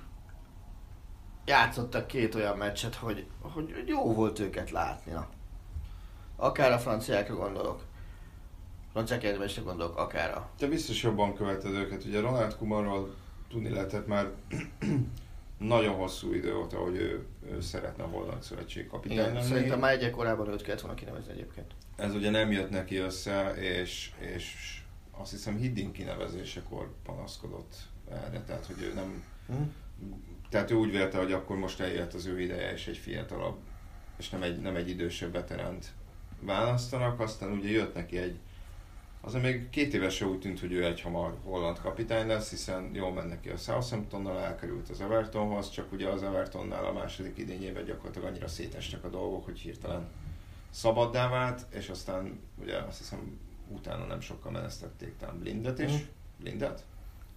játszottak két olyan meccset, hogy, hogy jó volt őket látni. Na. Akár a franciákra gondolok, franciák érdemesre gondolok, akár a... Te biztos jobban követed őket. Ugye Ronald Koemanról tudni lehetett már nagyon hosszú idő óta, hogy ő, ő szeretne a holland szövetség kapitány Igen, lenni. szerintem már egyek korában őt kellett volna kinevezni egyébként. Ez ugye nem jött neki össze, és, és azt hiszem Hiddink kinevezésekor panaszkodott erre, tehát hogy ő nem... Hm? Tehát ő úgy vélte, hogy akkor most eljött az ő ideje, és egy fiatalabb, és nem egy, nem egy idősebb veteránt választanak, aztán ugye jött neki egy, azért még két évesen úgy tűnt, hogy ő egy hamar holland kapitány lesz, hiszen jól ment neki a Southamptonnal, elkerült az Evertonhoz, csak ugye az Evertonnál a második idényében gyakorlatilag annyira szétestek a dolgok, hogy hirtelen szabaddá vált, és aztán ugye azt hiszem utána nem sokkal menesztették talán Blindet is. Mm. Blindet?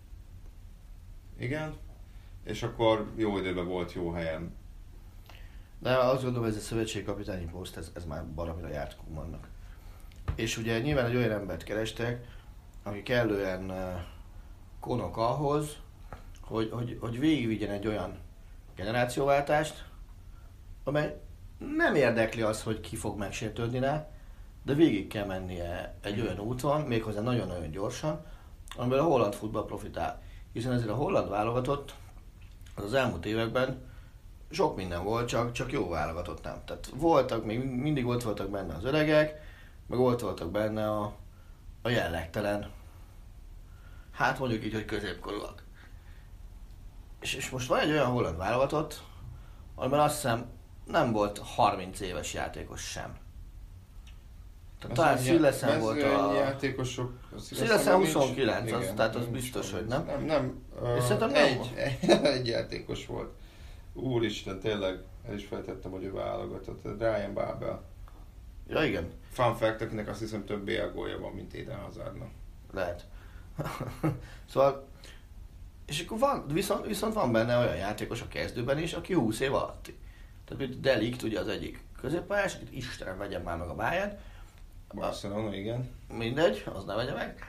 Igen. És akkor jó időben volt jó helyen. De azt gondolom, hogy ez a szövetségkapitányi poszt, ez, ez már baromira járt Koemannak. És ugye nyilván egy olyan embert kerestek, aki kellően uh, konok ahhoz, hogy, hogy, hogy végigvigyen egy olyan generációváltást, amely nem érdekli az, hogy ki fog megsértődni rá, de végig kell mennie egy olyan úton, méghozzá nagyon-nagyon gyorsan, amiből a holland futball profitál. Hiszen ezért a holland válogatott az, az elmúlt években sok minden volt, csak, csak jó válogatott nem. Tehát voltak, még mindig ott voltak benne az öregek, meg ott voltak benne a, a jellegtelen, hát mondjuk így, hogy középkorúak. És, és most van egy olyan holland válogatott, amiben azt hiszem nem volt harminc éves játékos sem. Tehát talán Szilleszen volt a... játékosok... Szilleszen huszonkilenc, az, tehát az biztos, hogy nem. Nem, nem. És szerintem egy, egy, egy játékos volt. Úristen, tényleg el is feltettem, hogy ő válogatott. Ryan Babel. Ja, igen. Fun fact, akinek azt hiszem több bé el gólja van, mint Eden Hazardnak. Lehet. Szóval... És akkor van, viszont, viszont van benne olyan játékos a kezdőben is, aki húsz év alatti. Tehát mint De Ligt ugye az egyik középpályás, akit Istenem vegyen már meg a Bayern. Barcelona, igen. Mindegy, az ne vegye meg.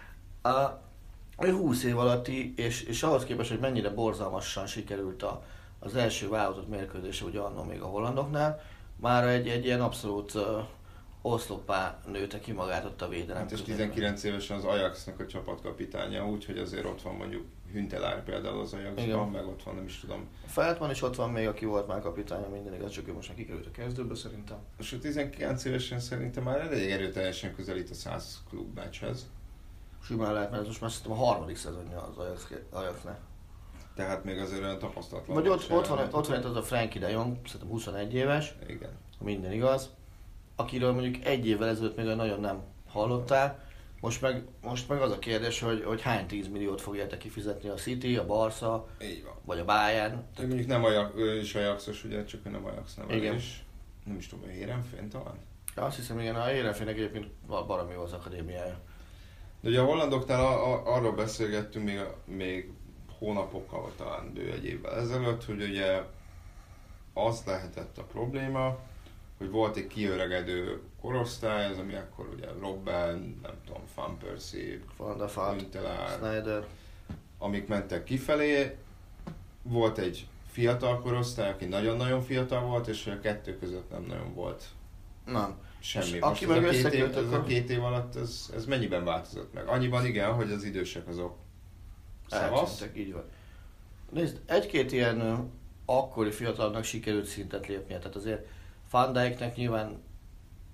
A, ő húsz év alatti, és, és ahhoz képest, hogy mennyire borzalmasan sikerült a, az első válogatott mérkőzése, ugye annól még a hollandoknál, már egy, egy ilyen abszolút uh, oszloppá nőtte ki magát ott a védelem. Hát és tizenkilenc évesen az Ajaxnak a csapatkapitánya, úgyhogy azért ott van mondjuk Huntelaar például az Ajaxban, meg ott van, nem is tudom. Feldman is ott van még, aki volt már kapitánya, minden igaz, csak ő most már kikerült a kezdőből szerintem. És a tizenkilenc évesen szerintem már elég erőteljesen közelít a száz klubmeccshez. Simán lehet, mert ez most már szerintem a harmadik szezonja az Ajaxnál. Tehát még azért olyan tapasztalatlan. Vagy ott, ott, van, ott van az a Frankie de Jong, szerintem huszonegy éves, igen. Minden igaz, akiről mondjuk egy évvel ezelőtt még nagyon nem hallottál. Most meg, most meg az a kérdés, hogy, hogy hány tíz milliót fog érte kifizetni a City, a Barca, vagy a Bayern. Ő mondjuk nem Ajax, ő is Ajaxos, ugye, csak ő nem Ajax nem igen. is. Nem is tudom, hogy Heerenveen talán? Azt hiszem, igen, a Heerenveennek egyébként baromi az akadémiája. De ugye a hollandoknál a, a, arról beszélgettünk még, még hónapokkal, vagy talán bő egy évvel ezelőtt, hogy ugye az lehetett a probléma, hogy volt egy kiöregedő korosztály, az ami akkor ugye Robben, nem tudom, Van Persie, Van der Vaart, Sneijder, amik mentek kifelé. Volt egy fiatal korosztály, aki nagyon-nagyon fiatal volt, és a kettő között nem nagyon volt nem. semmi. És most aki ez, meg a két év, akkor... ez a két év alatt ez, ez mennyiben változott meg? Annyiban igen, hogy az idősek azok szavasz. Így van. Nézd, egy-két ilyen akkori fiatalnak sikerült szintet lépnie, tehát azért Van Dijknek nyilván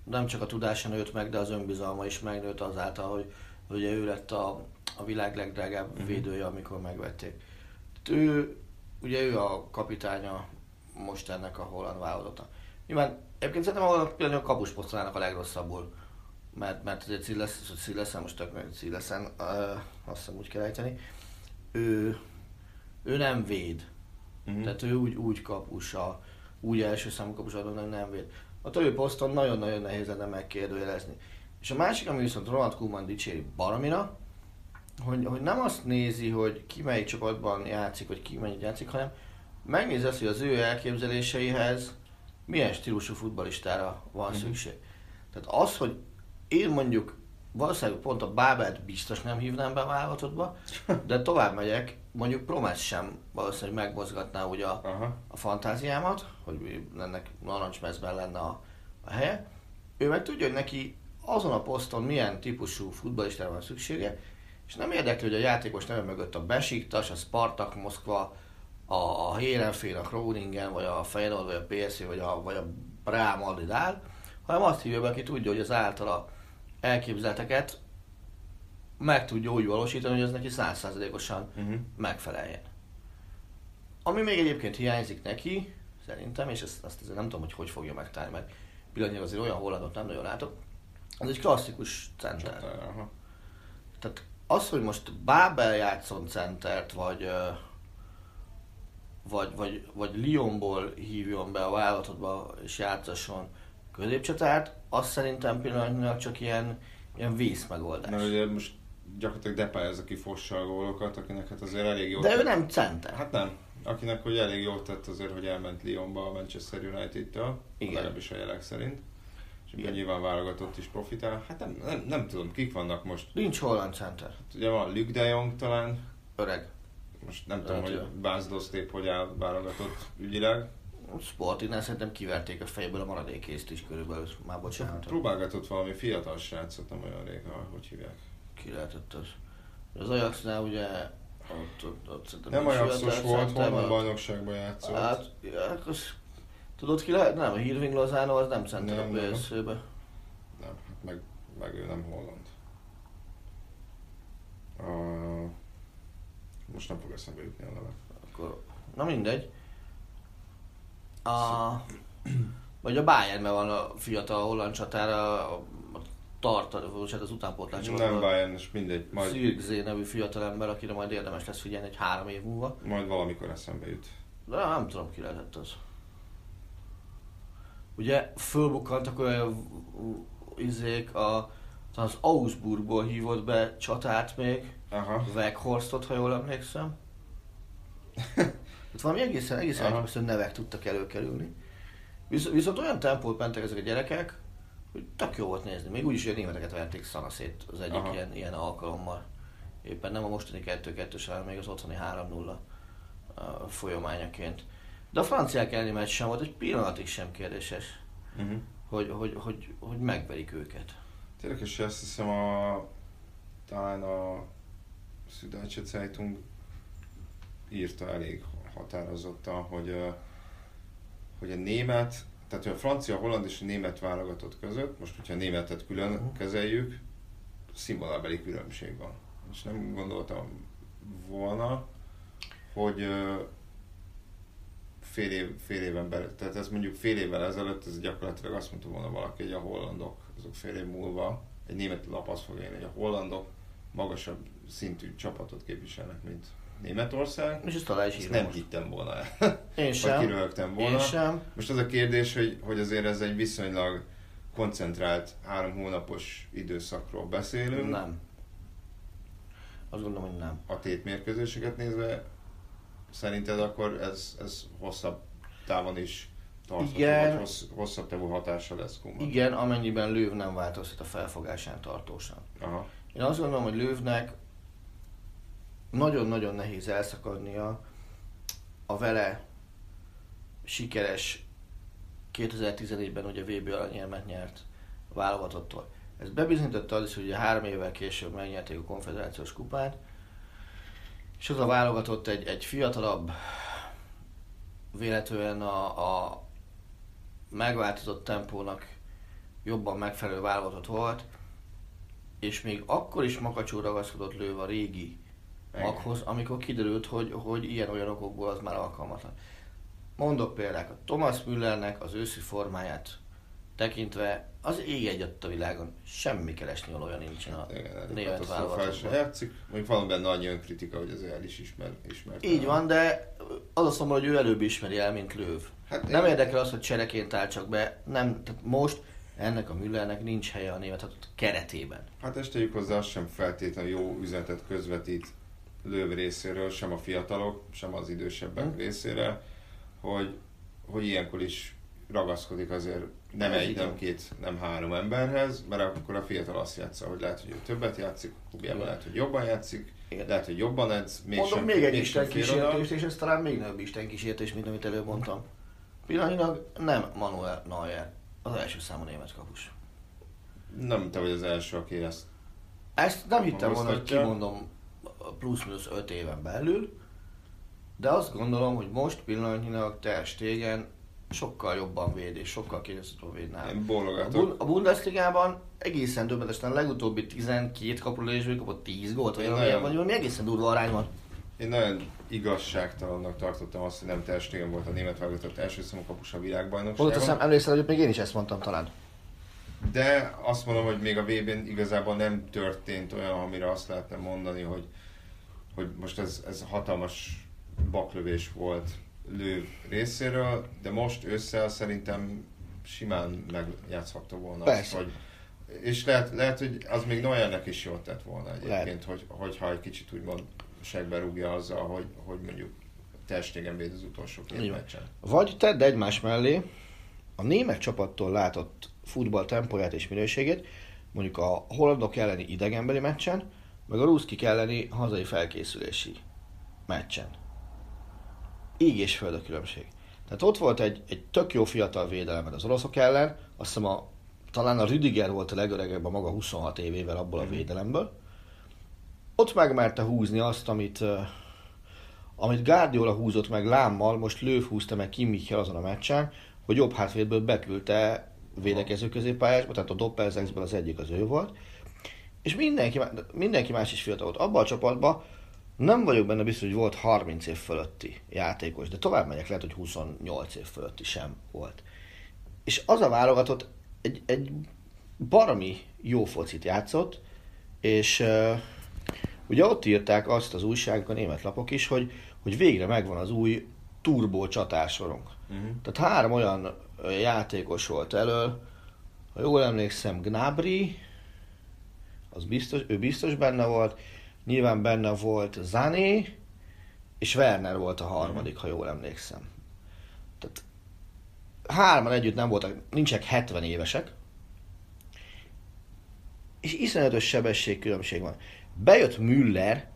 nem csak a tudása nőtt meg, de az önbizalma is megnőtt azáltal, hogy ugye ő lett a, a világ legdrágább uh-huh. védője, amikor megvették. Ő, ugye ő a kapitánya most ennek a holland válogatottak. Nyilván egyébként szerintem a, a kapusposztolának a legrosszabbul, mert, mert azért Szilleszen, most tök meg Szilleszen, uh, azt hiszem úgy kell ejteni, ő, ő nem véd. Uh-huh. Tehát ő úgy, úgy kapusa, úgy első számú kapusa, hogy nem véd. A többi poszton nagyon-nagyon nehéz lenne megkérdőjelezni. És a másik, ami viszont Ronald Koeman dicséri baromira, hogy, hogy nem azt nézi, hogy ki melyik csapatban játszik, vagy ki mennyit játszik, hanem megnézi azt, hogy az ő elképzeléseihez milyen stílusú futballistára van mm-hmm. szükség. Tehát az, hogy én mondjuk valószínűleg pont a Bábelt biztos nem hívnám be a válogatottba, de tovább megyek, mondjuk Promes sem valószínűleg megmozgatná ugye a, a fantáziámat, hogy ennek narancsmezben lenne a, a helye. Ő meg tudja, hogy neki azon a poszton milyen típusú futballistára van szüksége, és nem érdekli, hogy a játékos neve mögött a Besiktas, a Spartak Moszkva, a, a Heerenveen, a Groningen, vagy a Feyenoord, vagy a pé es vé, vagy a, vagy a Real Madrid áll, hanem azt hívja be, aki tudja, hogy az általa elképzelteket meg tudja úgy valósítani, hogy ez neki száz százalékosan uh-huh. megfeleljen. Ami még egyébként hiányzik neki, szerintem, és ezt, azt azért nem tudom, hogy hogy fogja megtalálni, mert pillanatnyilag azért olyan hollandot nem nagyon látok, az egy klasszikus center. Aha. Tehát az, hogy most Bábel játszon centert, vagy, vagy, vagy, vagy Lyonból hívjon be a vállalatodba és játszasson középcsatárt, az szerintem pillanatnyilag csak ilyen, ilyen vészmegoldás. Mert ugye most gyakorlatilag Depay az, aki fossa a gólokat, akinek hát azért elég jó. De tett. ő nem center. Hát nem. Akinek hogy elég jól tett azért, hogy elment Lyonba a Manchester United-től, legalábbis a jelek szerint. És ugye nyilván válogatott is profitál. Hát nem, nem, nem tudom, kik vannak most. Nincs holland center. Hát ugye van Luc de Jong talán. Öreg. Most nem Öreg. tudom, hogy Bánzdósztép hogy áll válogatott ügyileg. Sportingnál szerintem kiverték a fejéből a maradékészt is körülbelül, már bocsánat. Próbálgatott valami fiatal srácot, nem olyan rég, hogy hívják. Ki lehetett az? Az Ajaxnál ugye ott, ott, ott szerintem nem Ajaxos volt, holland bajnokságban játszott. Hát, ja, az, tudod ki lehet? Nem, a Hirving Lozano az nem center a pé es vé-be. Nem, hát meg, meg ő nem holland. Uh, most nem fog eszembe jutni a neve. Akkor, na mindegy. A, vagy a Bayernben van a fiatal holland csatára, a, a tart, vagy az utánpótlás. Nem Bayern, és mindegy. Majd... Zirkzee nevű fiatalember, akire majd érdemes lesz figyelni egy három év múlva. Majd valamikor eszembe jut. De nem tudom, ki lehetett az. Ugye fölbukkantak olyan izék, a, az Augsburgból hívott be csatát még, Aha. Weghorsztot, ha jól emlékszem. Itt valami egészen, egészen elképesztő nevek tudtak előkerülni. Visz, viszont olyan tempót mentek ezek a gyerekek, hogy tök jó volt nézni. Még úgyis, hogy a németeket verték szanaszét az egyik ilyen, ilyen alkalommal. Éppen nem a mostani kettő kettős, hanem még az otthoni három nulla uh, folyamányaként. De a franciák elleni meccs sem volt egy pillanatig sem kérdéses, uh-huh. hogy, hogy, hogy, hogy megverik őket. Érdekes, hogy azt hiszem a, talán a Süddeutsche Zeitung írta elég határozottan, hogy, hogy a német, tehát a francia, a holland és a német válogatott között, most hogyha a németet külön uh-huh. kezeljük, színvonalbeli különbség van. És nem gondoltam volna, hogy fél, év, fél éven belül, tehát ez mondjuk fél évvel ezelőtt, ez gyakorlatilag azt mondta volna valaki, hogy a hollandok, azok fél év múlva, egy német lap azt fog élni, hogy a hollandok magasabb szintű csapatot képviselnek, mint Németország. És ezt alá is írom. Nem hittem volna el. Én sem. Vagy kiröhögtem volna. Én sem. Most az a kérdés, hogy, hogy azért ez egy viszonylag koncentrált három hónapos időszakról beszélünk. Nem. Azt gondolom, hogy nem. A tétmérkőzéseket nézve, szerinted akkor ez, ez hosszabb távon is tartható, igen, vagy hossz, hosszabb távú hatása lesz Koeman? Igen, amennyiben Löw nem változtat a felfogásán tartósan. Aha. Én azt gondolom, hogy Löwnek nagyon-nagyon nehéz elszakadnia a vele sikeres kétezer-tizennégyben ugye vé bé aranyérmet nyert a válogatottól. Ez bebizonyította az is, hogy három évvel később megnyerték a konfederációs kupát, és az a válogatott egy, egy fiatalabb, véletlenül a, a megváltozott tempónak jobban megfelelő válogatott volt, és még akkor is makacsul ragaszkodott lőve a régi maghoz, amikor kiderült, hogy, hogy ilyen-olyan okokból az már alkalmatlan. Mondok példákat, Thomas Müllernek az őszi formáját tekintve az ég egyet a világon, semmi keresni olyan nincsen a német válogatottban. Játszik, mondjuk van benne annyi önkritika, hogy azért el is ismer, ismert. Így van, de az a szomorú, hogy ő előbb ismeri el, mint Löw. Hát nem én... érdekel az, hogy csereként áll csak be, nem, tehát most ennek a Müllernek nincs helye a német hatott keretében. Hát ezt tegyük hozzá, az sem feltétlenül jó üzenetet közvetít Löw részéről, sem a fiatalok, sem az idősebbek hmm. részére, hogy, hogy ilyenkor is ragaszkodik azért nem egy, egy, nem két, nem három emberhez, mert akkor a fiatal azt játsza, hogy lehet, hogy ő többet játszik, Kubiában lehet, hogy jobban játszik, igen. Lehet, hogy jobban edz, mégsem. Mondom, még egy Isten kísértést, és ez talán még nagyobb Isten kísértés, mint amit előbb mondtam. Pillanatnyilag nem Manuel Neuer, az első számú német kapus. Nem te vagy az első, aki ezt Ezt nem hittem volna, hogy kimondom plusz-minusz öt éven belül, de azt gondolom, hogy most pillanatnyilag Ter Stegen sokkal jobban véd és sokkal kényelmesebben véd nálam. A, a Bundesligában egészen döbbenetesen a legutóbbi tizenkét kapulésből kapott tíz gólt, vagy olyan, vagy valami egészen durva arány van. Én nagyon igazságtalannak tartottam azt, hogy nem Ter Stegen volt a német válogatott első számú kapus a világbajnokságon. Ott azt emlékszel, hogy még én is ezt mondtam talán. De azt mondom, hogy még a vé bén igazából nem történt olyan, amire azt lehetne mondani, hogy, hogy most ez, ez hatalmas baklövés volt Löw részéről, de most ősszel szerintem simán megjátszhatta volna azt, hogy, és lehet, lehet, hogy az még Neuernek is jól tett volna egyébként, hogy, hogyha egy kicsit úgymond segbe rúgja azzal, hogy, hogy mondjuk Ter Stegen véd az utolsó két meccsen. Vagy tedd egymás mellé a német csapattól látott futball tempóját és minőségét, mondjuk a hollandok elleni idegenbeli meccsen, meg a ruszkik elleni hazai felkészülési meccsen. Így és föld a különbség. Tehát ott volt egy, egy tök jó fiatal védelem az oroszok ellen, azt hiszem a, talán a Rüdiger volt a legöregebb a maga huszonhat évével abból a védelemből. Ott megmerte húzni azt, amit, uh, amit Guardiola húzott meg lámmal, most Löw húzta meg Kimmichel azon a meccsen, hogy jobb hátvédből beküldte védekező középpályásba, tehát a Doppelzexből az egyik az ő volt, és mindenki, mindenki más is fiatal volt. Abban a csapatban nem vagyok benne biztos, hogy volt harminc év fölötti játékos, de tovább megyek, lehet, hogy huszonnyolc év fölötti sem volt. És az a válogatott egy, egy baromi jó focit játszott, és uh, ugye ott írták azt az újságok, a német lapok is, hogy, hogy végre megvan az új turbó csatársorunk. Uh-huh. Tehát három olyan játékos volt elől, ha jól emlékszem, Gnabry, az biztos, ő biztos benne volt, nyilván benne volt Sané, és Werner volt a harmadik, ha jól emlékszem. Tehát hárman együtt nem voltak, nincsenek hetven évesek, és iszonyatos sebességkülönbség van. Bejött Müller,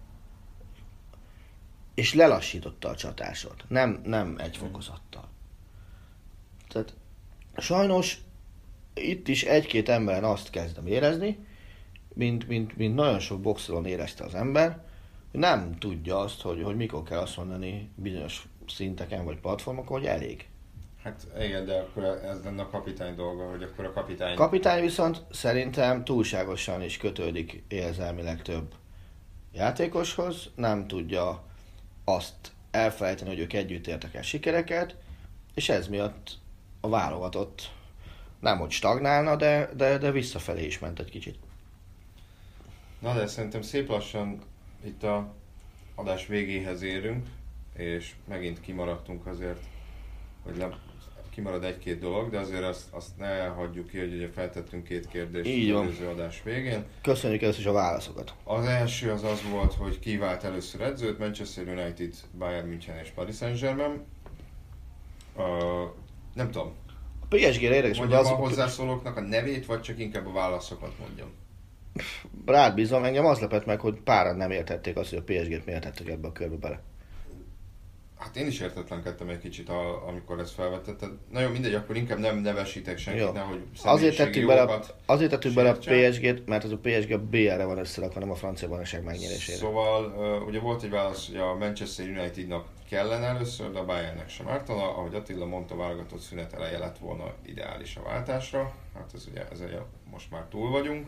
és lelassította a csatásot, nem, nem egy fokozattal. Tehát sajnos itt is egy-két emberen azt kezdem érezni, mint, mint, mint nagyon sok boxolón érezte az ember, hogy nem tudja azt, hogy, hogy mikor kell azt mondani bizonyos szinteken vagy platformokon, hogy elég. Hát igen, de akkor ez lenne a kapitány dolga, hogy akkor a kapitány... Kapitány viszont szerintem túlságosan is kötődik érzelmileg több játékoshoz, nem tudja azt elfelejteni, hogy ők együtt értek el sikereket, és ez miatt a válogatott nem hogy stagnálna, de, de, de visszafelé is ment egy kicsit. Na de szerintem szép lassan itt a adás végéhez érünk, és megint kimaradtunk azért, hogy le, kimarad egy-két dolog, de azért azt, azt ne hagyjuk ki, hogy ugye feltettünk két kérdést az előző adás végén. Köszönjük először is a válaszokat. Az első az az volt, hogy ki vált először edzőt, Manchester United, Bayern München és Paris Saint-Germain. Uh, nem tudom. A pé es gé-re érdekes, mondjam a hozzászólóknak a nevét, vagy csak inkább a válaszokat mondjam? Rád bízom, engem az lepett meg, hogy páran nem értették azt, hogy a pé es gé-t miért tettek ebbe a körbe bele. Hát én is értetlenkedtem egy kicsit, a, amikor ezt felvetetted. Na jó, mindegy, akkor inkább nem nevesítek senkit, Jó. nehogy Azért tettük bele, jókat azért tettük bele a sértsen. pé es gét, mert az a pé es gé a bé el-re van összerakva, nem a francia bajnokság megnyerésére. Szóval uh, ugye volt egy válasz, hogy a Manchester Unitednak kellene először, de a Bayernnek sem ártana. Ahogy Attila mondta, válogatott szünet eleje lett volna ideális a váltásra. Hát ez ugye, ezzel most már túl vagyunk.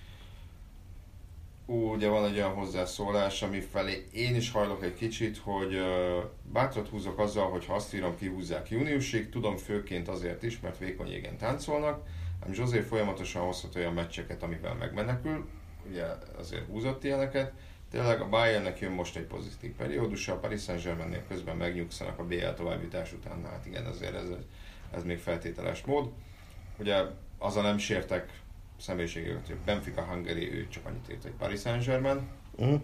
Ú, ugye van egy olyan hozzászólás, ami felé én is hajlok egy kicsit, hogy uh, bátrat húzok azzal, hogy ha azt írom, kihúzzák júniusig, tudom főként azért is, mert vékony jégen táncolnak, ám José folyamatosan hozhat olyan meccseket, amivel megmenekül, ugye azért húzott ilyeneket. Tényleg a Bayernnek jön most egy pozitív periódusa, a Paris Saint-Germainnél közben megnyugszanak a bé el továbbjutás után, hát igen, azért ez, ez még feltételes mód. Ugye azzal nem sértek személyiségeket, hogy Benfica Hungary, ő csak annyit írt, hogy Paris Saint-Germain. Uh-huh.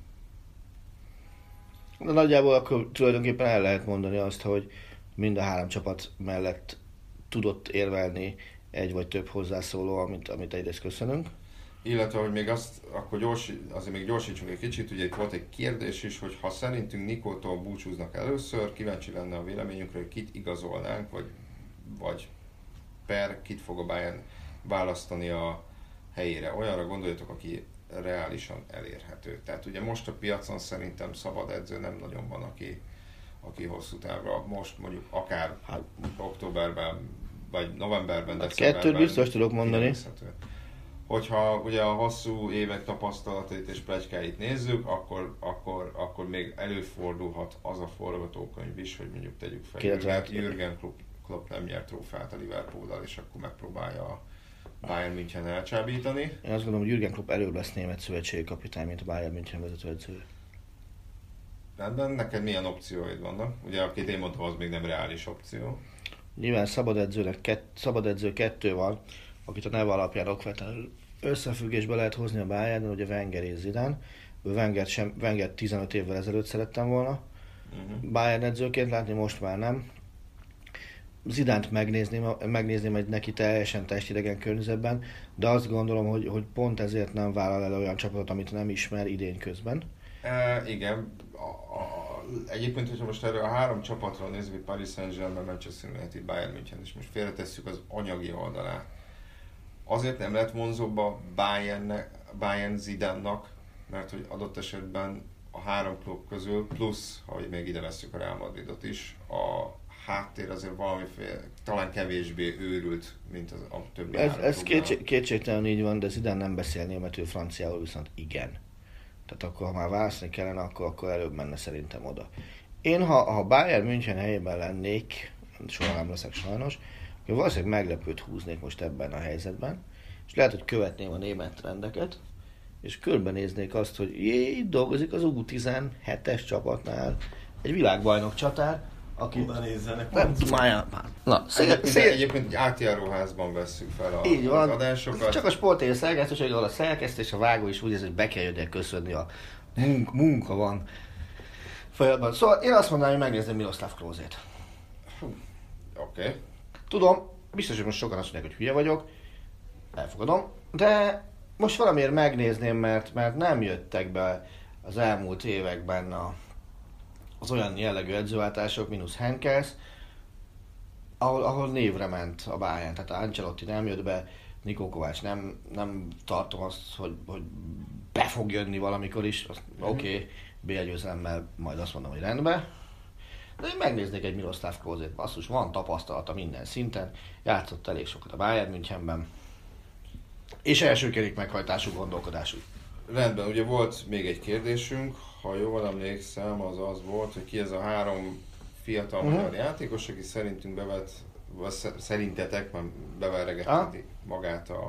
De nagyjából akkor tulajdonképpen el lehet mondani azt, hogy mind a három csapat mellett tudott érvelni egy vagy több hozzászóló, amit, amit egyrészt köszönünk. Illetve, hogy még azt, akkor gyors, azért még gyorsítsunk egy kicsit, ugye itt volt egy kérdés is, hogy ha szerintünk Nikótól búcsúznak először, kíváncsi lenne a véleményünkre, hogy kit igazolnánk, vagy, vagy per, kit fog a Bayern választani a helyére. Olyanra gondoljatok, aki reálisan elérhető. Tehát ugye most a piacon szerintem szabad edző nem nagyon van, aki, aki hosszú távra, most mondjuk akár hát, októberben, vagy novemberben, hát decemberben. Kettőt biztos tudok mondani. Hogyha ugye a hosszú évek tapasztalatait és pletykáit nézzük, akkor, akkor, akkor még előfordulhat az a forgatókönyv is, hogy mondjuk tegyük fel, Jürgen, Jürgen Klopp, Klopp nem nyert trófeát a Liverpoollal, és akkor megpróbálja a Bayern München elcsábítani. Én azt gondolom, hogy Jürgen Klopp előbb lesz német szövetségi kapitány, mint a Bayern München vezetőedzője. Rendben, neked milyen opcióid vannak? Ugye, akit én mondtam, az még nem reális opció. Nyilván szabad edzőnek kett, szabad edző kettő van, akit a neve alapján okvetlenül összefüggésbe lehet hozni a Bayernen, ugye Wenger és Zidane. Wenger sem, Wenger tizenöt évvel ezelőtt szerettem volna uh-huh. Bayern edzőként látni, most már nem. Zidánt megnézném, megnézném egy neki teljesen testidegen környezetben, de azt gondolom, hogy, hogy pont ezért nem vállal el olyan csapatot, amit nem ismer idén közben. E, igen. A, a, egyébként, hogyha most erről a három csapatról nézzük, Paris Saint-Germain, Manchester United, Bayern München, és most félretesszük az anyagi oldalát. Azért nem lett vonzóbb a Bayern, Bayern Zidane-nak, mert hogy adott esetben a három klub közül, plusz, ha még ide vesszük a Real Madridot is, a háttér azért valamiféle, talán kevésbé őrült, mint az, a többi Ez, három ez kétség, klubnál. kétségtelen így van, de Zidane nem beszél németül, franciául viszont igen. Tehát akkor, ha már választani kellene, akkor, akkor előbb menne szerintem oda. Én, ha, ha Bayern München helyében lennék, soha nem leszek sajnos, akkor valószínűleg meglepőt húznék most ebben a helyzetben, és lehet, hogy követném a német trendeket, és körbenéznék azt, hogy jé, itt dolgozik az U tizenhetes csapatnál egy világbajnok csatár, aki... Oda nézzenek. Nem, már, már. Na, szél, Egyébként, szél... egyébként egy átjáróházban vesszük fel a, Így van. az adásokat. Csak a sportér szerkesztőség, ahol a szerkesztés, a vágó is úgy érzi, hogy be kell jönnöm köszönni, a munk, munka van folyamatban. Szóval én azt mondanám, hogy megnézném Miroslav Klózét. Oké. Okay. Tudom, biztos, hogy most sokan azt mondják, hogy hülye vagyok, elfogadom, de most valamiért megnézném, mert, mert nem jöttek be az elmúlt években a, az olyan jellegű edzőváltások, mínusz Henkels, ahol, ahol névre ment a Bayern, tehát Ancelotti nem jött be, Nikó Kovács nem, nem tartom azt, hogy, hogy be fog jönni valamikor is, mm-hmm. oké, okay, bé egy győzelemmel majd azt mondom, hogy rendben. De én megnéznék egy Miroslav Klózét, basszus, van tapasztalata minden szinten, játszott elég sokat a Bayern Münchenben, és első kerék meghajtású gondolkodású. Rendben, ugye volt még egy kérdésünk, ha jól emlékszem, az az volt, hogy ki ez a három fiatal uh-huh. magyar játékos, aki szerintünk bevet, vagy szerintetek, mert beverregetheti magát a,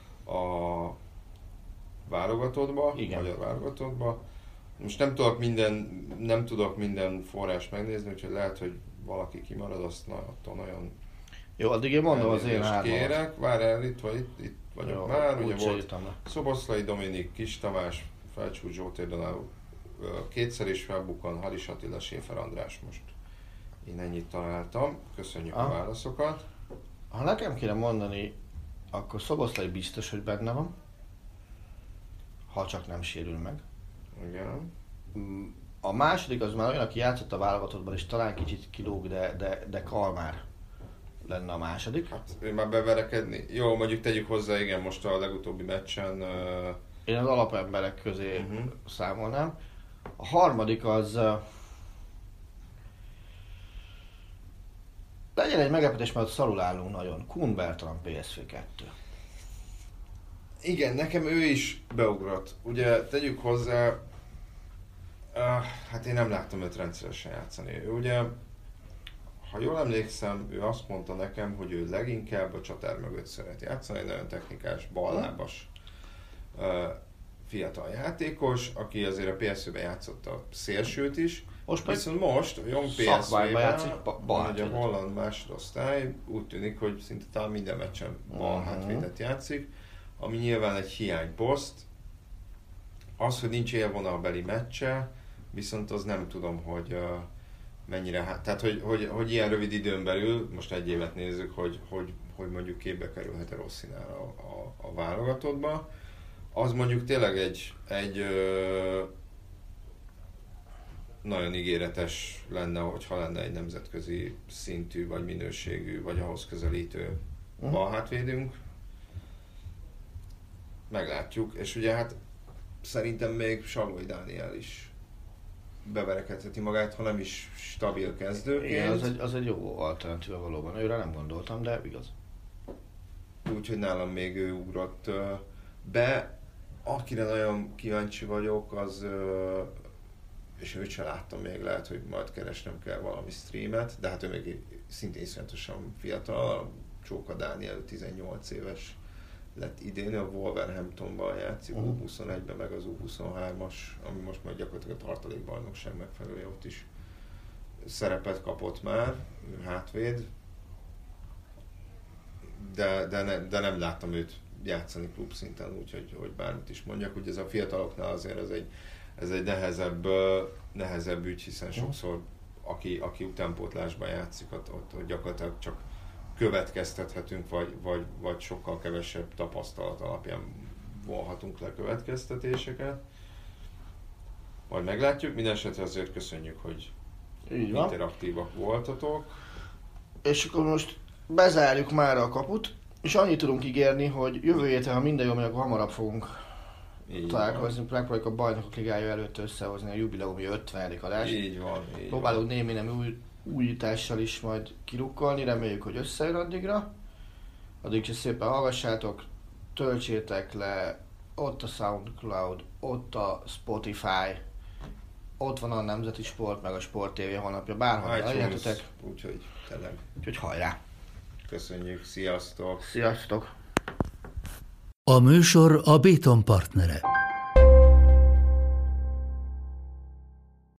a válogatottba, Igen. magyar válogatottba. Most nem tudok minden, nem tudok minden forrás megnézni, úgyhogy lehet, hogy valaki kimarad, azt na, attól nagyon... Jó, addig én mondom az én hármamat. Kérek, várj el, itt, vagy, itt, itt vagyok jó, már, ugye volt Szoboszlai Dominik, Kis Tamás, Felcsúcs Zsótér Donáló, kétszer is felbukkan, Halis Attila, Séfer András, most én ennyit találtam, köszönjük ah. a válaszokat. Ha nekem kéne mondani, akkor Szoboszlai biztos, hogy benne van, ha csak nem sérül meg. Igen. A második az már olyan, aki játszott a válogatottban, és talán kicsit kilóg, de, de, de Kalmár lenne a második. Hát ő már beverekedni. Jó, mondjuk tegyük hozzá, igen, most a legutóbbi meccsen... Uh... Én az alapemberek közé uh-huh. számolnám. A harmadik az... Uh... legyen egy meglepetés, mert szarul állunk nagyon. Kuhn Bertalan pé es vé kettő. Igen, nekem ő is beugrott. Ugye tegyük hozzá, uh, hát én nem láttam őt rendszeresen játszani. Ő ugye, ha jól emlékszem, ő azt mondta nekem, hogy ő leginkább a csatár mögött szeret játszani, egy nagyon technikás, ballábas uh, fiatal játékos, aki azért a pé es vé-ben játszott a szélsőt is. Most viszont most a Young pé es vé-ben van egy a holland másodosztály, úgy tűnik, hogy szinte talán minden meccsen bal uh-huh. hátvédet játszik, ami nyilván egy hiányposzt. Az, hogy nincs élvonalbeli meccse, viszont az nem tudom, hogy uh, mennyire, hát, tehát hogy, hogy, hogy ilyen rövid időn belül, most egy évet nézzük, hogy, hogy, hogy mondjuk képbe kerülhet a Rossinál a, a, a válogatottba. Az mondjuk tényleg egy, egy ö, nagyon ígéretes lenne, hogyha lenne egy nemzetközi szintű, vagy minőségű, vagy ahhoz közelítő uh-huh. balhátvédünk. Meglátjuk, és ugye hát szerintem még Salói Dániel is beverekedheti magát, ha nem is stabil kezdőként. Igen, az egy, az egy jó alternatíva valóban. Őre nem gondoltam, de igaz. Úgyhogy nálam még ő ugrott be. Akire nagyon kíváncsi vagyok, az, és őt sem láttam még, lehet, hogy majd keresnem kell valami streamet, de hát ő még szintén iszonyatosan fiatal, Csóka Dániel, tizennyolc éves lett idén, a Wolverhamptonban játszik, uh-huh. U huszonegyben meg az U huszonhármas, ami most már gyakorlatilag a tartalékbajnokság megfelelője, ott is szerepet kapott már, hátvéd, de, de, ne, de nem láttam őt játszani klubszinten, úgyhogy hogy bármit is mondjak, hogy ez a fiataloknál azért ez egy, ez egy nehezebb, nehezebb ügy, hiszen sokszor aki, aki utánpótlásban játszik, ott, ott gyakorlatilag csak következtethetünk, vagy, vagy, vagy sokkal kevesebb tapasztalat alapján vonhatunk le következtetéseket. Majd meglátjuk, minden esetre azért köszönjük, hogy interaktívak voltatok. És akkor most bezárjuk már a kaput, és annyit tudunk ígérni, hogy jövő héten, ha minden jó, akkor hamarabb fogunk így találkozni, megpróbáljuk a Bajnokok Ligája előtt összehozni a jubileumi ötvenedik adást. Így van, így Próbálunk némi nem új, újítással is majd kirukkolni, reméljük, hogy összejön addigra. Addig is szépen hallgassátok, töltsétek le, ott a SoundCloud, ott a Spotify, ott van a Nemzeti Sport, meg a Sport té vé honlapja, bárhol elérhetetek. Úgyhogy tényleg. Úgyhogy hajrá! Köszönjük, sziasztok! Sziasztok! A műsor a Béton partnere.